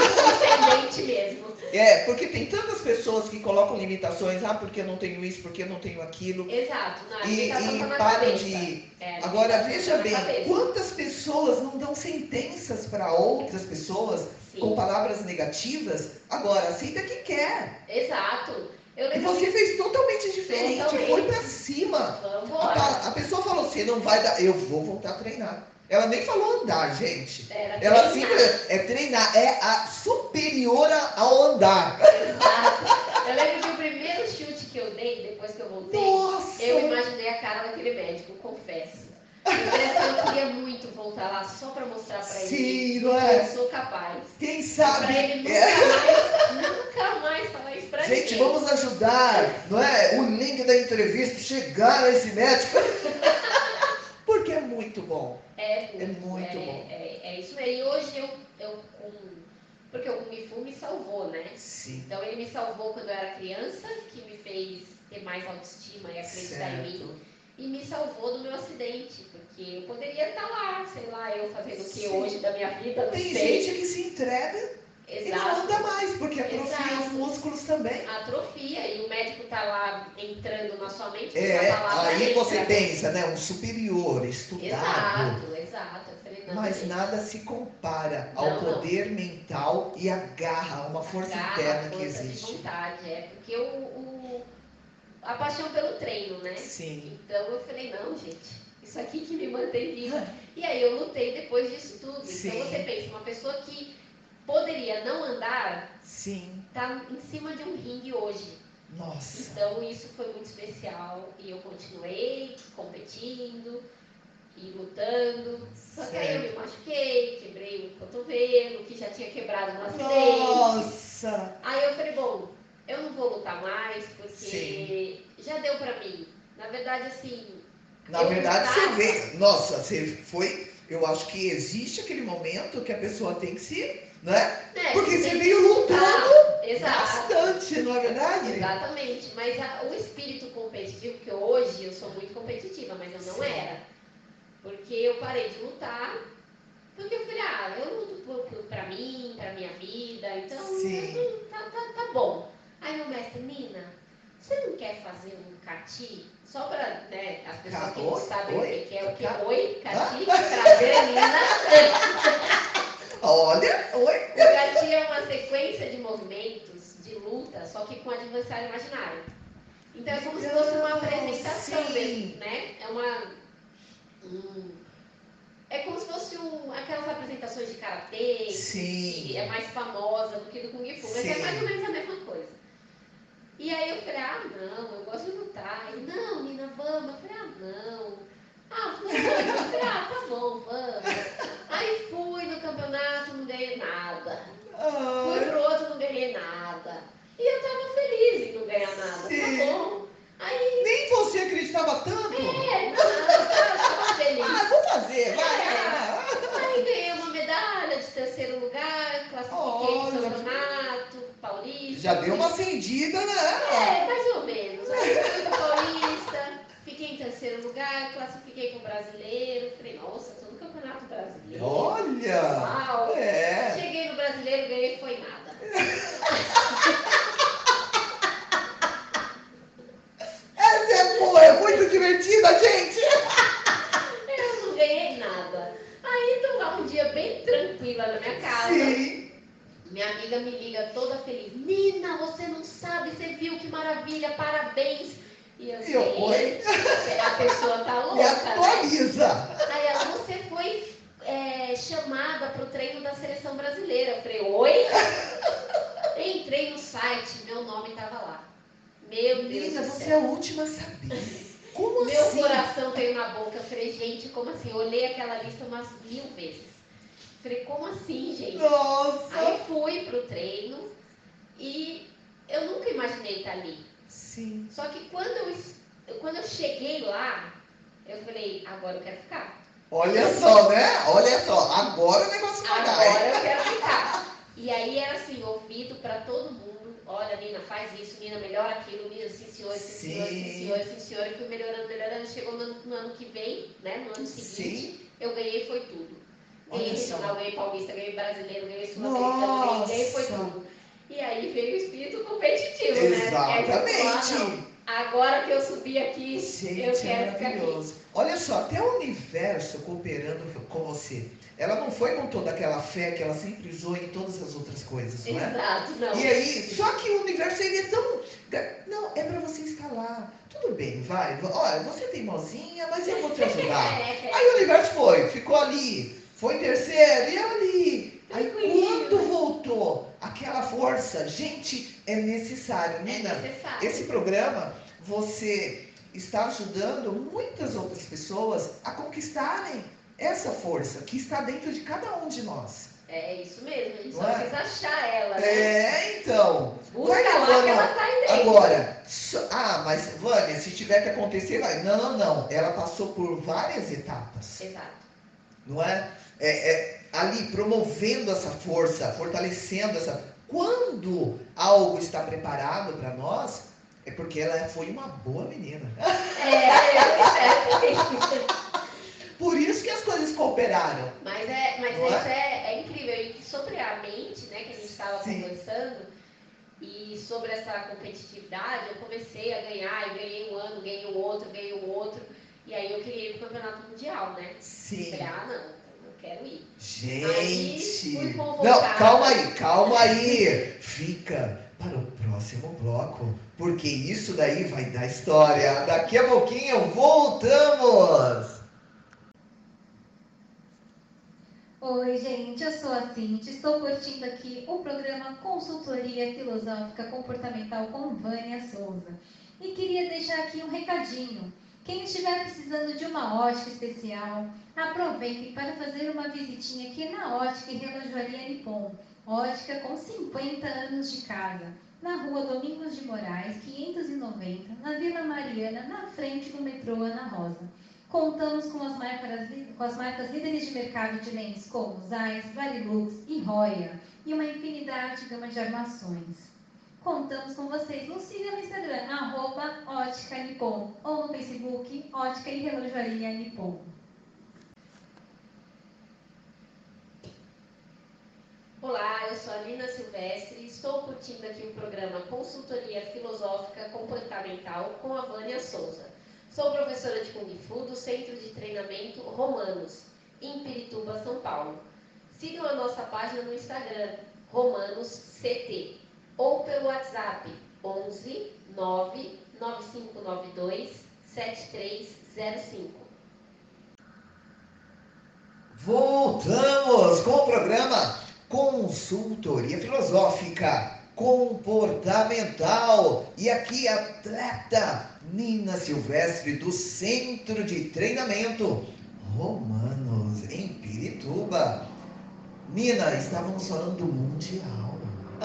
sem dente mesmo. Porque tem tantas pessoas que colocam limitações, porque eu não tenho isso, porque eu não tenho aquilo. Exato, e na param cabeça. de. Agora, veja bem, cabeça. Quantas pessoas não dão sentenças para outras pessoas com palavras negativas? Agora, aceita que quer. Exato. E você fez totalmente diferente, foi pra cima. A pessoa falou: você não vai dar, eu vou voltar a treinar. Ela nem falou andar, gente. Ela é treinar, é a superior ao andar. Exato. Eu lembro que o primeiro chute que eu dei, depois que eu voltei, eu imaginei a cara daquele médico, confesso. Eu queria muito voltar lá só para mostrar para ele que eu sou capaz. Quem sabe? Para ele nunca mais falar isso para gente, vamos ajudar, não é? O link da entrevista chegar a esse médico. Porque é muito bom. É muito bom. É isso aí. E hoje porque o Kung Fu me salvou, né? Sim. Então ele me salvou quando eu era criança, que me fez ter mais autoestima e acreditar em mim. E me salvou do meu acidente, porque eu poderia estar lá, sei lá, eu fazendo o que hoje da minha vida, não sei. Tem gente que se entrega e não anda mais, porque atrofia os músculos também. Atrofia, e o médico está lá entrando na sua mente. Aí você pensa, né? Um superior, estudado. Exato. Eu falei: não, mas nada se compara ao poder mental e a garra, uma força interna que existe. De vontade, porque a paixão pelo treino, né? Sim. Então eu falei: não, gente, isso aqui que me mantém viva. E aí eu lutei depois disso tudo. Sim. Então você pensa, uma pessoa que poderia não andar, está em cima de um ringue hoje. Nossa. Então isso foi muito especial e eu continuei competindo e lutando. Só que aí eu me machuquei, quebrei o cotovelo, que já tinha quebrado no acidente. Nossa! Aí eu falei: bom, eu não vou lutar mais, porque já deu pra mim. Na verdade, assim... você vê... Nossa, você foi... Eu acho que existe aquele momento que a pessoa tem que se... Né? Porque você veio lutando bastante não é verdade? Exatamente. Mas o espírito competitivo, que hoje eu sou muito competitiva, mas eu não era. Porque eu parei de lutar, porque eu falei, eu luto pra mim, pra minha vida, então tá bom. Aí meu mestre, Nina, você não quer fazer um cati? Só para, né, as pessoas que não sabem o que é o que? Oi, cati, prazer, Nina. Olha, oi. O cati é uma sequência de movimentos de luta, só que com adversário imaginário. Então é como se fosse uma apresentação mesmo, né? É como se fosse aquelas apresentações de karatê, que é mais famosa do que do Kung Fu, mas é mais ou menos a mesma coisa. E aí eu falei, não, eu gosto de lutar. Ele, não, Nina, vamos. Eu falei, não. Vamos. Eu falei, tá bom, vamos. Aí fui no campeonato, não ganhei nada. Fui pro outro, não ganhei nada. E eu tava feliz em não ganhar nada, tá bom. Aí, nem você acreditava tanto? Eu tava feliz. Vou fazer, vai. Aí ganhei uma medalha de terceiro lugar, classifiquei no campeonato paulista. Já deu uma acendida, né? Mais ou menos. Aí fui pro paulista, fiquei em terceiro lugar, classifiquei pro brasileiro. Falei, nossa, tô no campeonato brasileiro. Olha! Uau! Cheguei no brasileiro, ganhei, foi nada. É muito divertida, gente! Eu não ganhei nada. Aí tô lá um dia bem tranquila na minha casa. Minha amiga me liga toda feliz. Nina, você não sabe, você viu que maravilha, parabéns. E eu sei, a pessoa tá louca. Me atualiza. Né? Aí ela, você foi chamada pro treino da seleção brasileira. Eu falei, oi? Entrei no site, meu nome tava lá. Meu Deus Nina, do você céu. é a última a saber. Como Meu assim? coração veio na boca. Eu falei, gente, como assim? Eu olhei aquela lista umas 1000 vezes. Falei, como assim, gente? Nossa! Aí fui pro treino e eu nunca imaginei estar ali. Sim. Só que quando eu cheguei lá, eu falei, agora eu quero ficar. Olha só, né? Olha só, agora o negócio vai dar. Agora eu quero ficar. E aí era assim, ouvido para todo mundo. Olha, Nina, faz isso, Nina, melhora aquilo, Nina, sim senhor, sim senhor, sim senhor, sim senhor. E fui melhorando. Chegou no ano que vem, né? No ano seguinte, eu ganhei, foi tudo. Ganhei regional, ganhei paulista, ganhei brasileiro, ganhei sul-americano, ganhei, foi tudo. E aí veio o espírito competitivo, né? Exatamente. Agora que eu subi aqui, eu quero ficar aqui. Olha só, até o universo cooperando com você. Ela não foi com toda aquela fé que ela sempre usou em todas as outras coisas, não é? Exato, não. E aí, só que o universo ele é tão... Não, é para você estar lá. Tudo bem, vai. Olha, você é teimosinha, mas eu vou te ajudar. Aí o universo ficou ali. Foi terceiro, e ali. Aí quando voltou aquela força, gente, é necessário. Nina, esse programa, você está ajudando muitas outras pessoas a conquistarem essa força que está dentro de cada um de nós. É isso mesmo, a gente só precisa achar ela, né? Então. Busca lá que ela está aí dentro. Agora, mas Vânia, se tiver que acontecer, vai. Não. Ela passou por várias etapas. Exato. Não é? Ali promovendo essa força, fortalecendo essa. Quando algo está preparado para nós, é porque ela foi uma boa menina. Por isso que as coisas cooperaram. Mas isso é incrível. E sobre a mente, né, que a gente estava conversando, e sobre essa competitividade, eu comecei a ganhar, eu ganhei um ano, ganhei o outro, e aí eu criei o campeonato mundial, né? Sim. Falei, não quero ir. Gente! Aí fui convocada. Não, calma aí. Fica para o próximo bloco, porque isso daí vai dar história. Daqui a pouquinho voltamos! Oi, gente, eu sou a Cintia, estou curtindo aqui o programa Consultoria Filosófica Comportamental com Vânia Souza. E queria deixar aqui um recadinho. Quem estiver precisando de uma ótica especial, aproveite para fazer uma visitinha aqui na Ótica e Relojoaria Nippon. Ótica com 50 anos de casa, na rua Domingos de Moraes, 590, na Vila Mariana, na frente do metrô Ana Rosa. Contamos com as marcas líderes de mercado de lentes como Zeiss, Varilux e Roya, e uma infinidade de gama de armações. Contamos com vocês. Nos siga no Instagram, @ótica-nippon, ou no Facebook, Ótica e Relojaria Nippon. Olá, eu sou a Lina Silvestre e estou curtindo aqui o programa Consultoria Filosófica Comportamental com a Vânia Souza. Sou professora de Kung Fu do Centro de Treinamento Romanos, em Pirituba, São Paulo. Sigam a nossa página no Instagram, RomanosCT, ou pelo WhatsApp 11 9 9592 7305. Voltamos com o programa Consultoria Filosófica Comportamental. E aqui a atleta Nina Silvestre, do Centro de Treinamento Romanos, em Pirituba. Nina, estávamos falando do Mundial.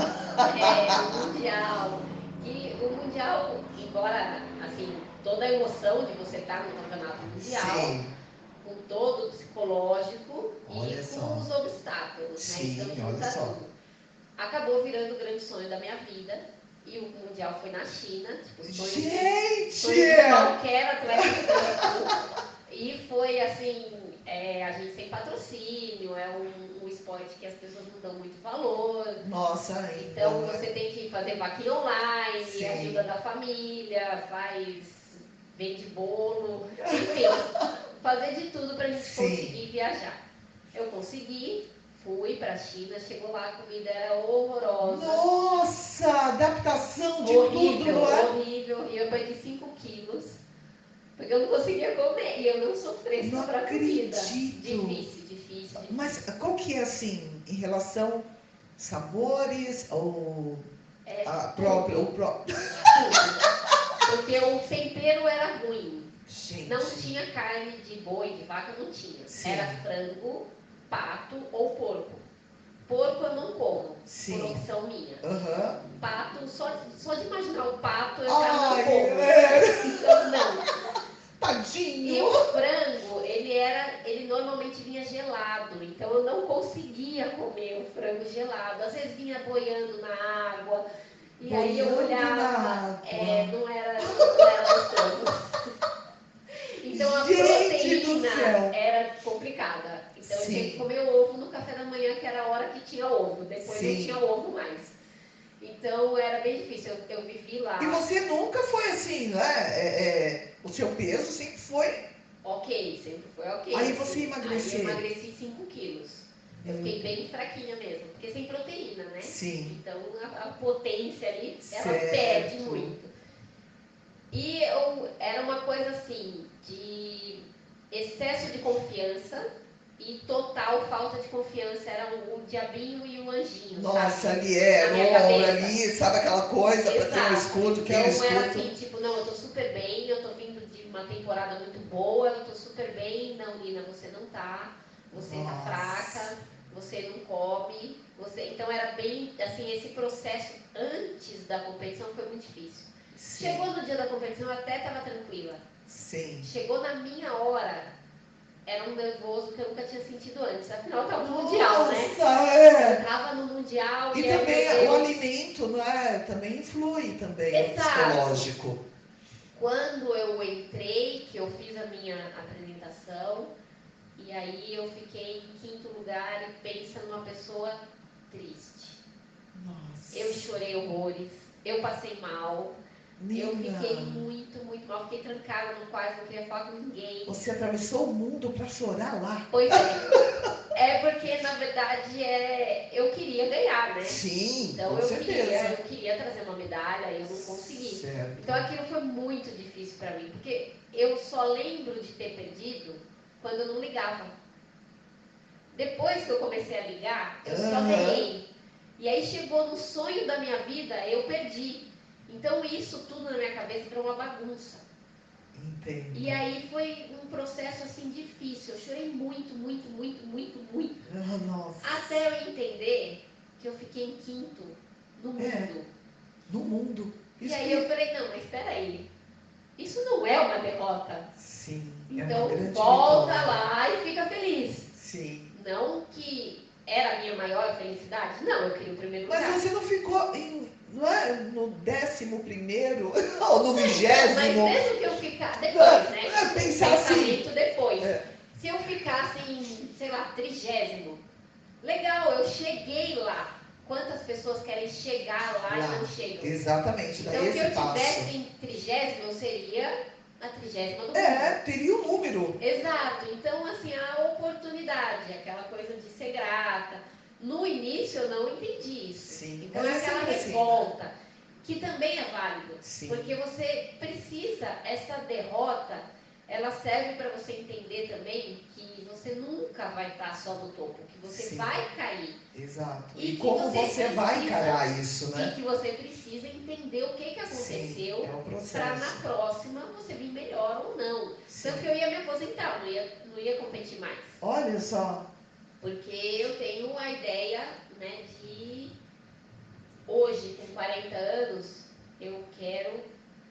O Mundial. E o Mundial, embora, assim, toda a emoção de você estar no Campeonato Mundial, Sim. com todo o psicológico Olha e só. com os obstáculos, Sim, né? Então, olha junta só. tudo. Acabou virando o grande sonho da minha vida. E o Mundial foi na China. Tipo, sonho de Gente! qualquer atleta de Kung Fu. E foi assim, a gente tem patrocínio, é um esporte que as pessoas não dão muito valor. Nossa, ainda. Então você tem que fazer vaquinha online, Sim. ajuda da família, vende bolo, enfim, fazer de tudo pra gente Sim. conseguir viajar. Eu consegui, fui pra China, chegou lá, a comida era horrorosa. Nossa, adaptação de Horrível, tudo, não é? horrível. E eu perdi 5 quilos, porque eu não conseguia comer. E eu não sou fresca Não pra comida. acredito. Difícil. Mas qual que é assim, em relação sabores ou a própria, o próprio? Tudo. Porque o tempero era ruim. Gente. Não tinha carne de boi, de vaca, não tinha. Sim. Era frango, pato ou porco. Porco eu não como, Sim. por opção minha. Aham. Pato, só de imaginar o pato eu já não Ai, como. é. Então, não. E Tadinho. o frango, ele normalmente vinha gelado, então eu não conseguia comer o frango gelado. Às vezes vinha boiando na água, e aí eu Boiando na olhava, água. não era gostoso. Então a Gente proteína do céu. era complicada. Então eu tinha Sim. que comer ovo no café da manhã, que era a hora que tinha ovo. Depois Sim. não tinha ovo mais. Então era bem difícil. Eu vivi lá. E você nunca foi assim, né? O seu peso sempre foi. Ok, sempre foi ok. Aí você emagreceu. Aí eu emagreci 5 quilos. Eu fiquei bem fraquinha mesmo, porque sem proteína, né? Sim. Então a potência ali, ela Certo. perde muito. E era uma coisa assim, de excesso de confiança e total falta de confiança. Era o diabinho e o anjinho, Nossa, sabe? ali Na minha cabeça. ali, sabe aquela coisa pra ter um Exato. escudo, que Então é um era escudo. assim, tipo, não, eu tô super bem, eu tô vindo de uma temporada muito boa, eu tô super bem. Não, Nina, você não tá, você tá Nossa. fraca, você não come, então era bem, assim, esse processo antes da competição foi muito difícil. Sim. Chegou no dia da competição, eu até tava tranquila. Sim. Chegou na minha hora, era um nervoso que eu nunca tinha sentido antes. Afinal, eu tava no Mundial, né? Nossa, é. Eu tava no Mundial E aí, também meu o Deus, alimento, não é? Também influi também no Exato. psicológico. Quando eu entrei, que eu fiz a minha apresentação, e aí eu fiquei em 5º lugar e pensa numa pessoa triste. Nossa. Eu chorei horrores, eu passei mal, eu Nina, fiquei muito mal, fiquei trancada no quarto, não queria falar com ninguém. você atravessou o mundo pra chorar lá. Pois é porque na verdade eu queria ganhar, né? Sim, Então com certeza. eu queria trazer uma medalha e eu não consegui. Certo. Então aquilo foi muito difícil para mim, porque eu só lembro de ter perdido quando eu não ligava. Depois que eu comecei a ligar, eu só ganhei. E aí chegou no sonho da minha vida, eu perdi. Então isso tudo na minha cabeça virou uma bagunça. Entendo. E aí foi um processo assim difícil. Eu chorei muito. Nossa. Até eu entender que eu fiquei em 5º no mundo. No mundo. E aí eu falei, não, mas espera aí. Isso não é uma derrota. Sim. Então uma grande volta vitória. lá e fica feliz. Sim. Não que era a minha maior felicidade. Não, eu queria o primeiro lugar. Mas você não ficou não é no 11º ou no Mas 20º. mesmo que eu ficar depois, né? Pensar assim. Pensamento depois. É. Se eu ficasse em, sei lá, 30º, legal, eu cheguei lá. Quantas pessoas querem chegar lá e não chegam? Exatamente, Então, daí se esse eu passo. tivesse em 30º, eu seria a 30ª do mundo. Teria um número. Exato. Então, assim, a oportunidade, aquela coisa de ser grata. No início, eu não entendi isso. Sim. Então, Mas é é aquela sempre assim, revolta, que também é válido. Sim. Porque você precisa, essa derrota, ela serve para você entender também que você nunca vai estar só no topo, que você Sim. vai cair. Exato. E E que como você você vai precisa- encarar isso, E né? que você precisa entender o que Sim, aconteceu é um para processo. na próxima você vir melhor ou não. Sim. Tanto que eu ia me aposentar, não ia competir mais. Olha só. Porque eu tenho a ideia, né, de hoje, com 40 anos, eu quero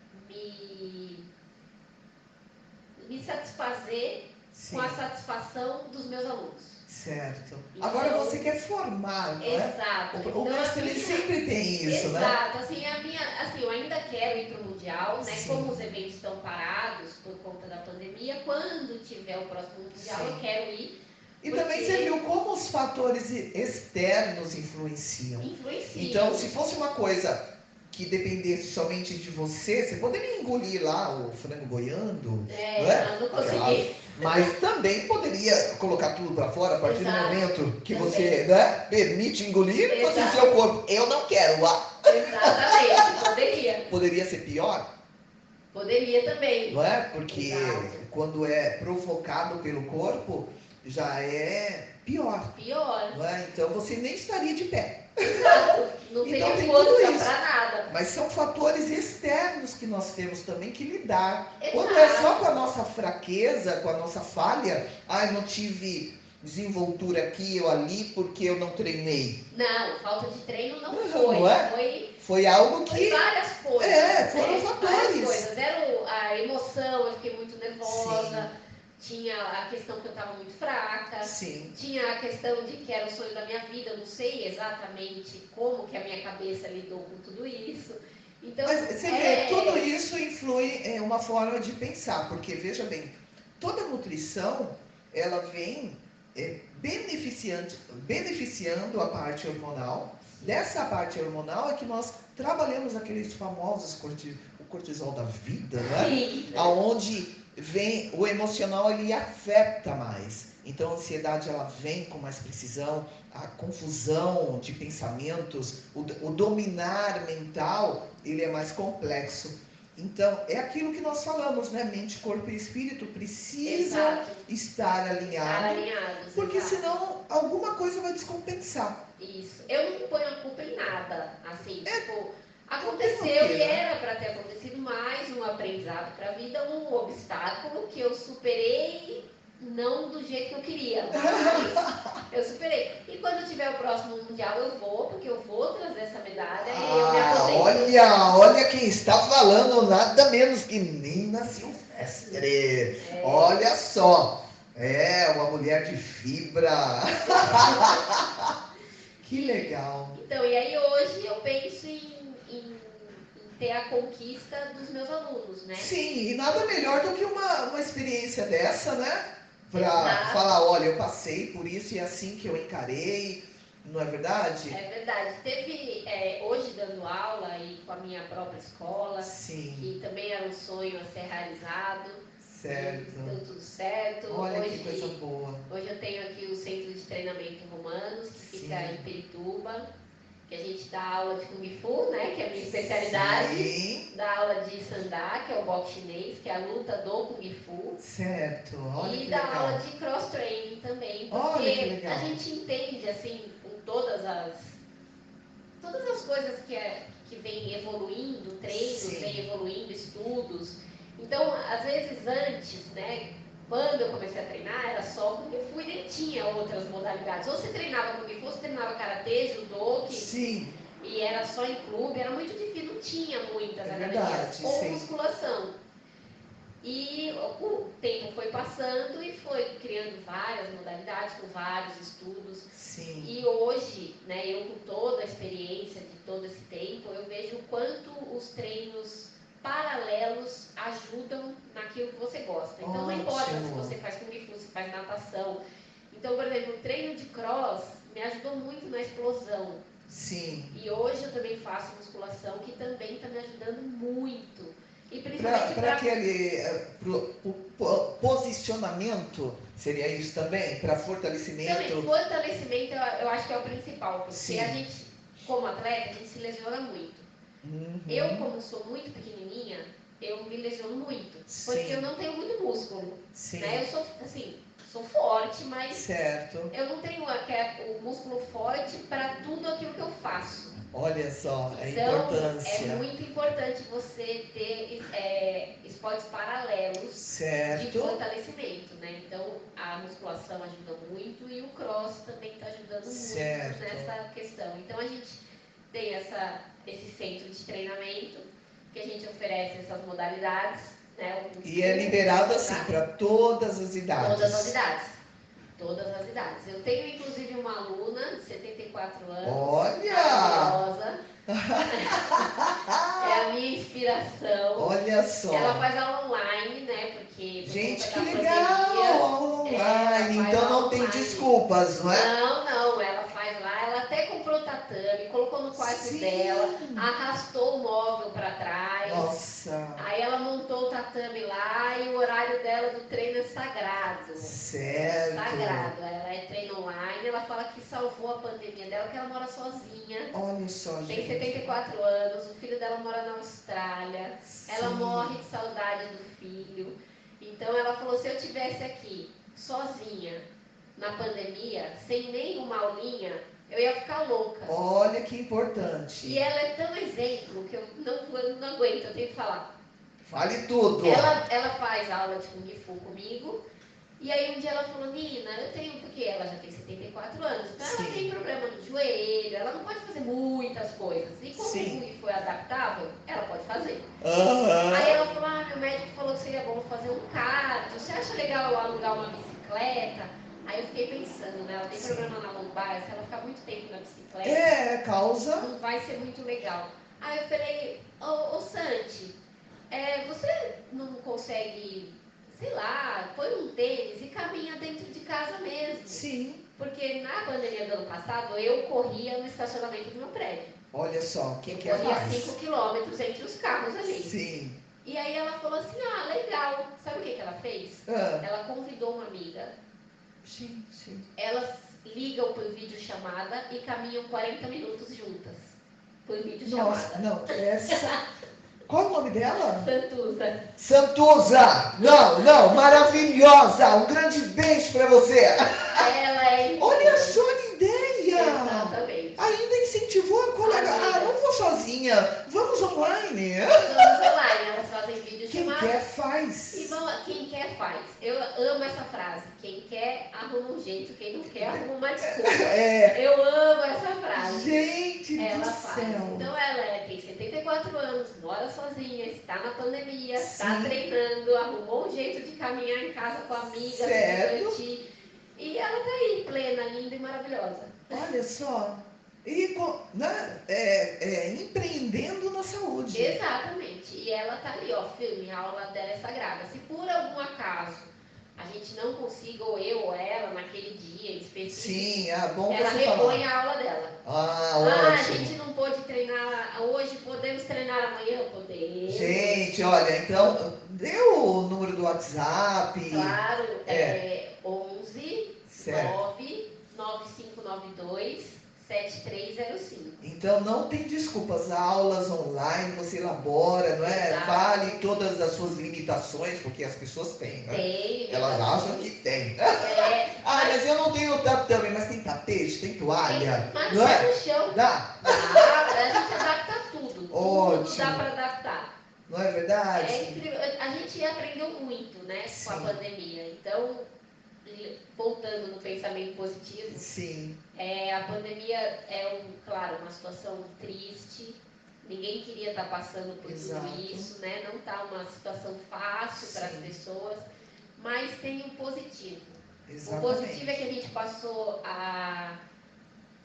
me satisfazer Sim. com a satisfação dos meus alunos. Certo. Então, Agora você quer formar, não é? Exato. O Então, mestre, a ele minha- sempre tem isso, né? Exato, assim, eu ainda quero ir para o Mundial, né? Sim. Como os eventos estão parados por conta da pandemia, quando tiver o próximo Mundial, Sim. eu quero ir. E Porque também você viu como os fatores externos influenciam. influencia. Então, se fosse uma coisa que dependesse somente de você, você poderia engolir lá o frango boiando, não é? Não consegui. Mas também poderia colocar tudo para fora a partir Exato. do momento que Também. você, né, permite engolir, você Exato. seu corpo, eu não quero. Exatamente, poderia. Poderia ser pior, Poderia também. não é? Porque Exato. quando é provocado pelo corpo, já é pior, Pior. não é? Então você nem estaria de pé. Exato. Não Então teria tem força tudo isso. para nada. Mas são fatores externos que nós temos também que lidar. Exato. Quando é só com a nossa fraqueza, com a nossa falha, não tive desenvoltura aqui ou ali porque eu não treinei. Não, falta de treino não Não, foi. não é? Foi Algo que várias coisas. foram Várias fatores. coisas. Era a emoção, eu fiquei muito nervosa. Tinha a questão que eu estava muito fraca. Sim. Tinha a questão de que era o sonho da minha vida. Eu não sei exatamente como que a minha cabeça lidou com tudo isso. Então, Mas você vê, tudo isso influi em uma forma de pensar, porque veja bem, toda nutrição, ela vem beneficiando a parte hormonal. Dessa parte hormonal é que nós trabalhamos aqueles famosos o cortisol da vida, né? Sim. Aonde vem o emocional, ele afeta mais. Então a ansiedade, ela vem com mais precisão, a confusão de pensamentos, o dominar mental, ele é mais complexo. Então, é aquilo que nós falamos, né? Mente, corpo e espírito precisam estar alinhados, porque exato. senão alguma coisa vai descompensar. Isso. Eu não ponho a culpa em nada, assim, tipo, aconteceu porque, e né? era para ter acontecido mais um aprendizado para a vida, um obstáculo que eu superei, não do jeito que eu queria, mas eu superei. E quando tiver o próximo Mundial eu vou, porque eu vou trazer essa medalha e eu me aposento. Olha quem está falando, nada menos que Nina Silvestre. Olha só, uma mulher de fibra. Que legal. Então, e aí hoje eu penso em ter a conquista dos meus alunos, né? Sim, e nada melhor do que uma experiência dessa, né? Para Exato. falar, olha, eu passei por isso e é assim que eu encarei, não é verdade? É verdade. Teve, hoje dando aula e com a minha própria escola, Sim, que também era um sonho a ser realizado. certo. Deu tudo certo. Olha hoje, que coisa boa. Hoje eu tenho aqui o Centro de Treinamento Romanos, que fica Sim. em Pirituba, que a gente dá aula de Kung Fu, né, que é a minha especialidade. Sim, Dá aula de Sandá, que é o boxe chinês, que é a luta do Kung Fu. certo. Olha E que dá legal. aula de cross-training também, Olha que porque legal. a gente entende, assim, com todas as coisas que vem evoluindo, treinos, Sim. vem evoluindo, estudos. Então, às vezes antes, né, quando eu comecei a treinar, era só Kung Fu e nem tinha outras modalidades. Ou você treinava Kung Fu, você treinava Karatê, Judô, Sim, e era só em clube, era muito difícil, não tinha muitas academias, verdade, ou sim. musculação. E o tempo foi passando e foi criando várias modalidades, com vários estudos. sim. E hoje, né, eu com toda a experiência de todo esse tempo, eu vejo o quanto os treinos paralelos ajudam naquilo que você gosta. Então não importa se você faz Kung Fu, se faz natação. Então, por exemplo, o treino de cross me ajudou muito na explosão. Sim. E hoje eu também faço musculação, que também está me ajudando muito. E principalmente Para aquele posicionamento, seria isso também? Para fortalecimento? Também, fortalecimento eu acho que é o principal, porque Sim. a gente, como atleta, a gente se lesiona muito. Uhum. Eu, como sou muito pequenininha, eu me lesiono muito, porque Sim. eu não tenho muito músculo. Sim. Né? Eu sou, assim, sou forte, mas certo. eu não tenho o músculo forte para tudo aquilo que eu faço. Olha só, a Então, importância. é muito importante você ter esportes paralelos certo. de fortalecimento, né? Então, a musculação ajuda muito e o cross também está ajudando certo. muito nessa questão. Então, a gente tem esse centro de treinamento, que a gente oferece essas modalidades, né? E é liberado assim para todas as idades. Todas as idades. Todas as idades. Eu tenho, inclusive, uma aluna de 74 anos. Olha! Maravilhosa. É a minha inspiração. Olha só. Ela faz aula online, né? Porque gente, que pandemia, legal! Aula online. Então não tem desculpas, não é? Não. Ela faz lá. Ela até comprou tatame, colocou no quarto Sim. dela, arrastou o móvel para trás. Nossa. Aí ela montou o tatame lá e o horário dela do treino é sagrado. Certo. Sagrado. Ela é treino online, ela fala que salvou a pandemia dela, que ela mora sozinha. Olha só, Tem gente. 74 anos, o filho dela mora na Austrália. Sim. Ela morre de saudade do filho. Então ela falou, se eu tivesse aqui sozinha na pandemia, sem nenhuma aulinha, eu ia ficar louca. Olha que importante. E ela é tão exemplo que eu não aguento, eu tenho que falar. Fale tudo. Ela faz aula de Kung Fu comigo. E aí um dia ela falou, Nina, eu tenho, porque ela já tem 74 anos, então ela tem problema no joelho, ela não pode fazer muitas coisas. E como o Kung Fu é adaptável, ela pode fazer. Aí ela falou, meu médico falou que seria bom fazer um cardio, você acha legal eu alugar uma bicicleta? Aí eu fiquei pensando, né, ela tem problema na lombar, se ela ficar muito tempo na bicicleta, causa. não vai ser muito legal. Aí eu falei, ô Santi, você não consegue, sei lá, põe um tênis e caminha dentro de casa mesmo. Sim. Porque na pandemia do ano passado, eu corria no estacionamento do meu prédio. Olha só, quem eu quer corria mais? 5 quilômetros entre os carros ali. Sim. E aí ela falou assim, legal. Sabe o que ela fez? Ela convidou uma amiga. Gente. Elas ligam por videochamada e caminham 40 minutos juntas. Por videochamada. Nossa, não, essa... Qual é o nome dela? Santuza. Santuza! Não, maravilhosa! Um grande beijo pra você! Ela é incrível. Olha só que ideia! Exatamente. Ainda incentivou a colega. Não vou sozinha, vamos online. Vamos online, elas fazem vídeo Quem chamado. quer faz. E quem quer faz. Eu amo essa frase. Quem quer arruma um jeito, quem não quer arruma uma desculpa. Eu amo essa frase. Gente ela do faz. céu. Então ela tem 74 anos, mora sozinha, está na pandemia, está treinando, arrumou um jeito de caminhar em casa com a amiga, se divertir. E ela está aí, plena, linda e maravilhosa. Olha só. E empreendendo na saúde. Exatamente. E ela está ali, firme, a aula dela é sagrada. Se por algum acaso a gente não consiga, ou eu ou ela, naquele dia específico, sim, bom ela você repõe falar. a aula dela. Ótimo. A gente não pôde treinar hoje, podemos treinar amanhã? Podemos. Gente, olha, então, deu o número do WhatsApp. Claro, 11 9 9592 7305. Então não tem desculpas, aulas online, você elabora, não é? Exato. Fale todas as suas limitações, porque as pessoas têm, né? Tem. Elas acham que tem. Mas eu não tenho tatame, mas tem tapete, tem toalha. Mas não é? no chão. Dá. A gente adapta tudo. Ótimo. Tudo dá para adaptar. Não é verdade? É incrível. A gente aprendeu muito, né, com a pandemia. Então, voltando no pensamento positivo, sim. A pandemia claro, uma situação triste. Ninguém queria estar passando por tudo isso, né? Não está uma situação fácil para as pessoas, mas tem um positivo. Exatamente. O positivo é que a gente passou a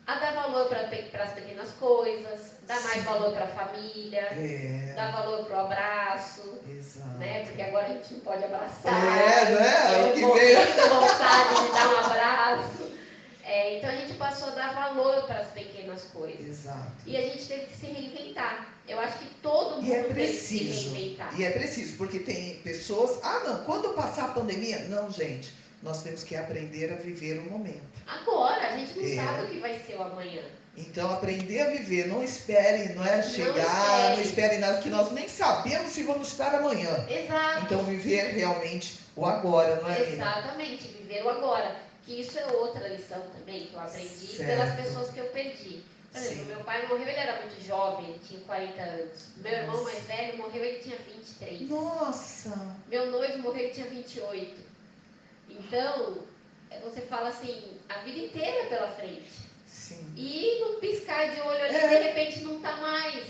a dar valor para as pequenas coisas, dar mais valor para a família, dar valor para o abraço, né? Porque agora a gente não pode abraçar. Né? Eu morri de vontade de dar um abraço. Então a gente passou a dar valor para as pequenas coisas. Exato. E a gente teve que se reinventar. Eu acho que todo mundo tem que se reinventar. E é preciso, porque tem pessoas... não, quando passar a pandemia... Não, gente, nós temos que aprender a viver o momento. Agora, a gente não sabe o que vai ser o amanhã. Então, aprender a viver, não espere, chegar, não espere nada, que nós nem sabemos se vamos estar amanhã. Exato. Então, viver realmente o agora, não é, Nina? Exatamente, viver o agora. Que isso é outra lição também que eu aprendi pelas pessoas que eu perdi. Por exemplo, meu pai morreu, ele era muito jovem, ele tinha 40 anos. Meu irmão mais velho morreu, ele tinha 23. Nossa! Meu noivo morreu, ele tinha 28. Então, você fala assim, a vida inteira pela frente. Sim. E num piscar de olho ali, de repente não tá mais.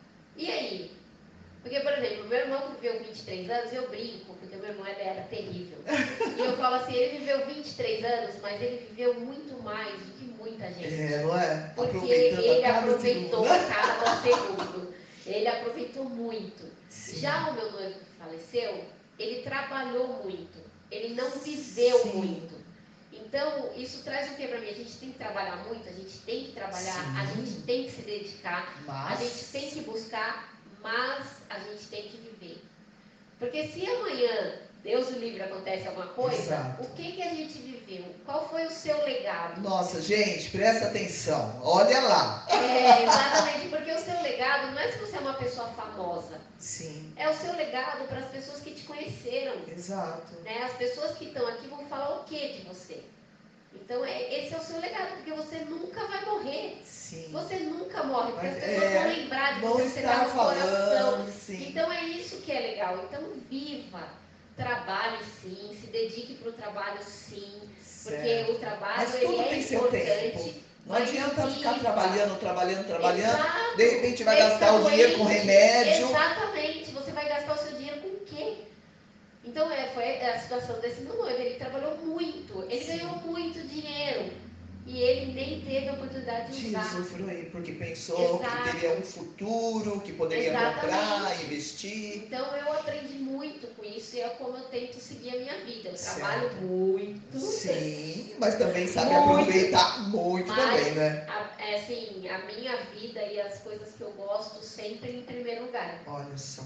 E aí? Porque, por exemplo, meu irmão que viveu 23 anos, eu brinco, porque meu irmão ele era terrível. E eu falo assim, ele viveu 23 anos, mas ele viveu muito mais do que muita gente. Não é? Porque ele aproveitou cada segundo. Ele aproveitou muito. Sim. Já o meu noivo que faleceu, ele trabalhou muito. Ele não viveu muito. Então, isso traz o que para mim? A gente tem que trabalhar muito, a gente tem que trabalhar, a gente tem que se dedicar, a gente tem que buscar, mas a gente tem que viver. Porque se amanhã, Deus o livre, acontece alguma coisa, o que a gente viveu? Qual foi o seu legado? Nossa, gente, presta atenção, olha lá. Exatamente, porque o seu legado não é se você é uma pessoa famosa. Sim. É o seu legado para as pessoas que te conheceram. Exato. Né? As pessoas que estão aqui vão falar o que de você? Então, esse é o seu legado, porque você nunca vai morrer. Sim. Você nunca morre, porque as pessoas vão lembrar de você está no coração. Sim. Então, é isso que é legal. Então, viva, trabalhe sim, se dedique para o trabalho sim, porque o trabalho ele é importante. Não adianta ficar trabalhando. Exato. De repente vai gastar o dinheiro com remédio. Exatamente. Você vai gastar o seu dinheiro com o quê? Então, foi a situação desse meu noivo. Ele trabalhou muito, ele ganhou muito dinheiro. E ele nem teve a oportunidade de usar. Usufruir, porque pensou que teria um futuro, que poderia comprar, investir. Então, eu aprendi muito com isso e é como eu tento seguir a minha vida. Eu trabalho muito. Sim, mas também sabe aproveitar muito também, né? Assim, a minha vida e as coisas que eu gosto sempre em primeiro lugar. Olha só.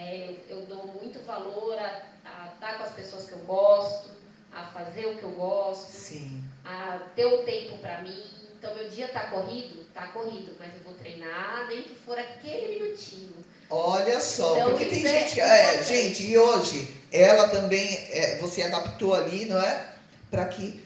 Eu dou muito valor a estar com as pessoas que eu gosto, a fazer o que eu gosto. Sim. A ter um tempo para mim. Então, meu dia tá corrido, mas eu vou treinar, nem que for aquele minutinho. Olha só, então, porque tem gente gente, e hoje, ela também, você adaptou ali, não é? Para que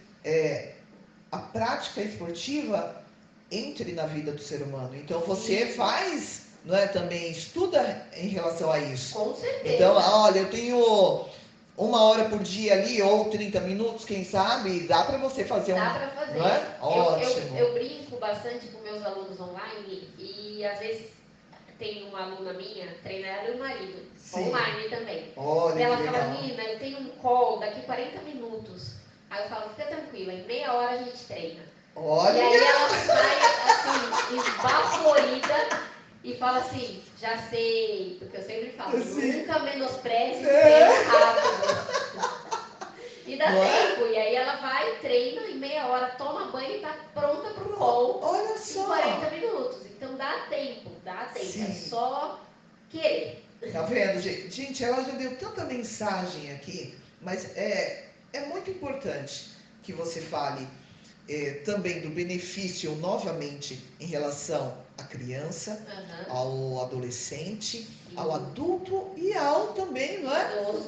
a prática esportiva entre na vida do ser humano. Então, você faz, não é? Também estuda em relação a isso. Com certeza. Então, olha, eu tenho 1 hora por dia ali, ou 30 minutos, quem sabe, dá para você fazer Dá para fazer. Não é? Ótimo. Eu brinco bastante com meus alunos online e às vezes tem uma aluna minha, treina ela e o marido, online também. Olha, ela fala, Nina, eu tenho um call daqui 40 minutos. Aí eu falo, fica tranquila, em meia hora a gente treina. Olha. E aí ela sai assim, esbaforida e fala assim, já sei, porque eu sempre falo, nunca menospreze o treino rápido. E dá tempo, e aí ela vai, treina em meia hora, toma banho e tá pronta pro call. Olha só. Em 40 minutos. Então dá tempo. Sim. É só querer. Tá vendo, gente? Gente, ela já deu tanta mensagem aqui, mas é muito importante que você fale também do benefício, novamente, em relação à criança, ao adolescente, ao adulto e ao também, não é? Idoso.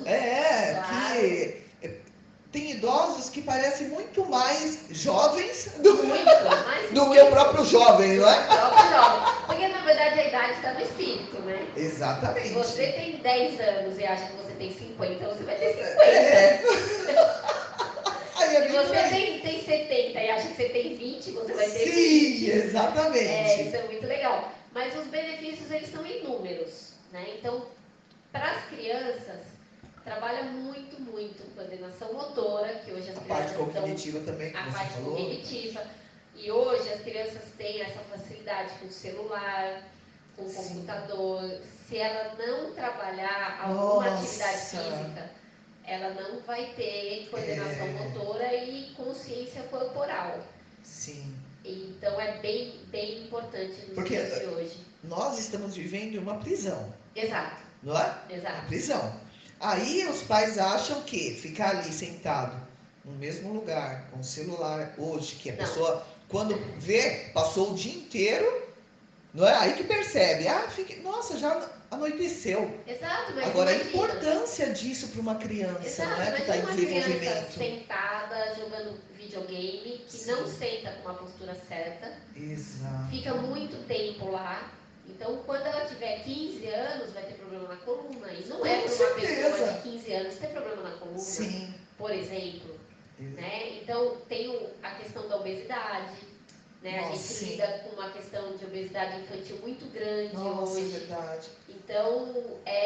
Que tem idosos que parecem muito mais jovens do que o próprio jovem, não é? Porque, na verdade, a idade está no espírito, né? Exatamente. Se você tem 10 anos e acha que você tem 50, você vai ter 50. Se você tem 70 e acha que você tem 20, você vai ter 20. Sim, exatamente. Isso é muito legal. Mas os benefícios, eles são inúmeros, né? Então, para as crianças, trabalha muito, muito coordenação motora, que hoje as crianças parte cognitiva também, que a você parte falou. cognitiva. E hoje as crianças têm essa facilidade com o celular, com o computador. Se ela não trabalhar alguma atividade física, ela não vai ter coordenação motora e consciência corporal. Sim. Então é bem, bem importante nos dias de hoje. Nós estamos vivendo uma prisão. Exato. Não é? Exato. Uma prisão. Aí os pais acham que ficar ali sentado no mesmo lugar, com o celular, hoje, que a pessoa, quando vê, passou o dia inteiro, não é? Aí que percebe, nossa, já anoiteceu. Exato, mas agora imagina, a importância disso para uma criança, não é? Que está em desenvolvimento. Uma criança sentada jogando videogame, que não senta com uma postura certa. Exato. Fica muito tempo lá. Então, quando ela tiver 15 anos, vai ter problema na coluna. E não é para uma pessoa de 15 anos ter problema na coluna, sim, por exemplo. Né? Então, tem a questão da obesidade. Né? A gente lida com uma questão de obesidade infantil muito grande hoje. É verdade. Então,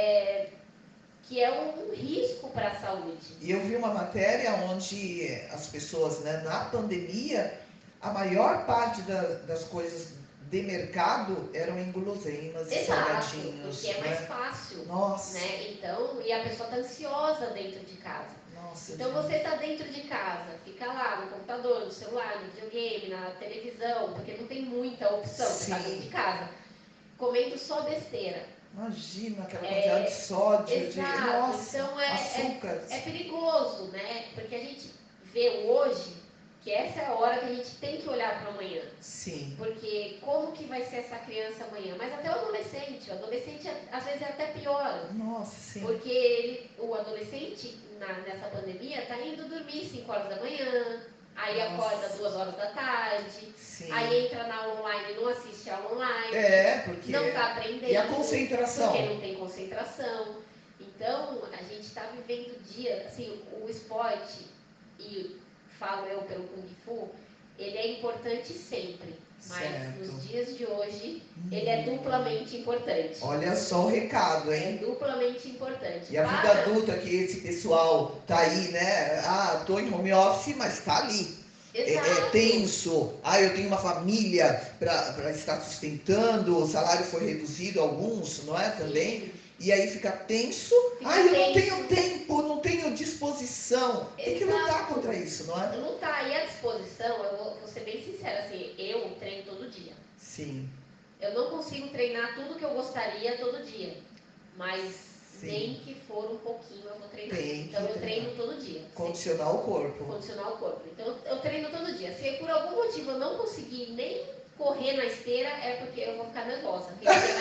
que é um risco para a saúde. E eu vi uma matéria onde as pessoas, né, na pandemia, a maior parte das coisas de mercado eram em guloseimas e salgadinhos. Porque é mais fácil. Nossa. Né? Então, e a pessoa está ansiosa dentro de casa. Nossa, então você está dentro de casa, fica lá no computador, no celular, no videogame, na televisão, porque não tem muita opção, você está dentro de casa, comendo só besteira. Imagina aquela quantidade de sódio, exato. Nossa, então açúcares. É perigoso, né? Porque a gente vê hoje que essa é a hora que a gente tem que olhar para amanhã. Sim. Porque como que vai ser essa criança amanhã? Mas até o adolescente às vezes é até pior. Nossa, sim. Porque o adolescente, nessa pandemia, está indo dormir 5 horas da manhã, aí acorda 2 horas da tarde, sim. Aí entra na aula online e não assiste a aula online, porque não está aprendendo. E a concentração? Porque não tem concentração. Então, a gente está vivendo dia, assim, o esporte, e falo eu pelo Kung Fu, ele é importante sempre, mas nos dias de hoje, ele é duplamente importante. Olha só o recado, hein? É duplamente importante. E a vida adulta, que esse pessoal tá aí, né? Tô em home office, mas tá ali. É tenso. Eu tenho uma família para estar sustentando, o salário foi reduzido, alguns, não é? Também. Sim. E aí fica tenso. Eu não tenho tempo, não tenho disposição. Tem que lutar contra isso, não é? Não tá aí à disposição, eu vou ser bem sincera, assim, eu treino todo dia. Sim. Eu não consigo treinar tudo que eu gostaria todo dia, mas nem que for um pouquinho eu vou treinar. Então eu treino todo dia. Condicionar o corpo. Condicionar o corpo. Então eu treino todo dia. Se por algum motivo eu não conseguir nem correr na esteira, é porque eu vou ficar nervosa.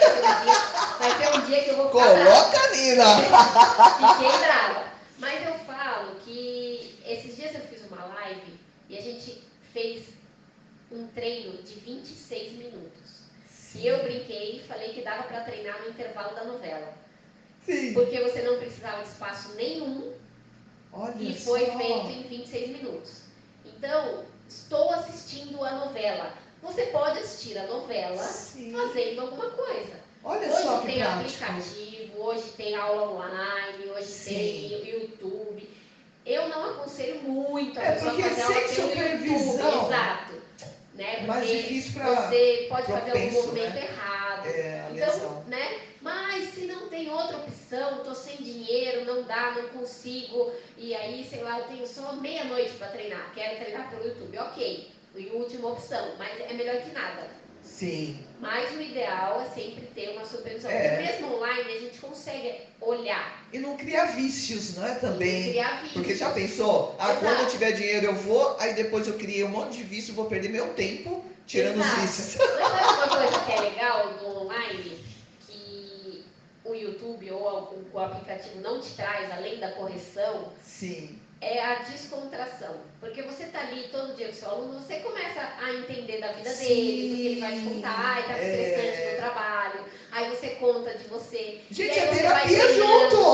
Vai ter um dia que eu vou ficar Coloca, Nina! Fiquei brava. Mas eu falo que esses dias eu fiz uma live e a gente fez um treino de 26 minutos. Sim. E eu brinquei e falei que dava para treinar no intervalo da novela. Sim. Porque você não precisava de espaço nenhum. Olha e foi feito em 26 minutos. Então, estou assistindo a novela. Você pode assistir a novela fazendo alguma coisa. Olha hoje só que tem prático. Aplicativo, hoje tem aula online, hoje tem YouTube. Eu não aconselho muito a pessoa fazer aula pelo YouTube. Exato. Né? Mais difícil para você pode fazer algum movimento errado. Então, né? Mas se não tem outra opção, estou sem dinheiro, não dá, não consigo, e aí, sei lá, eu tenho só meia-noite para treinar, quero treinar pelo YouTube, ok, e última opção, mas é melhor que nada. Sim. Mas o ideal é sempre ter uma supervisão. Porque mesmo online a gente consegue olhar. E não criar vícios, não é? Também. Não criar vícios. Porque já pensou? Quando eu tiver dinheiro eu vou, aí depois eu criei um monte de vício, vou perder meu tempo tirando os vícios. Mas sabe uma coisa que é legal do online? Que o YouTube ou o aplicativo não te traz, além da correção. Sim. É a descontração. Porque você está ali todo dia com o seu aluno, você começa a entender da vida dele, do que ele vai te contar, está estressante no trabalho, aí você conta de você. Gente, a terapia junto!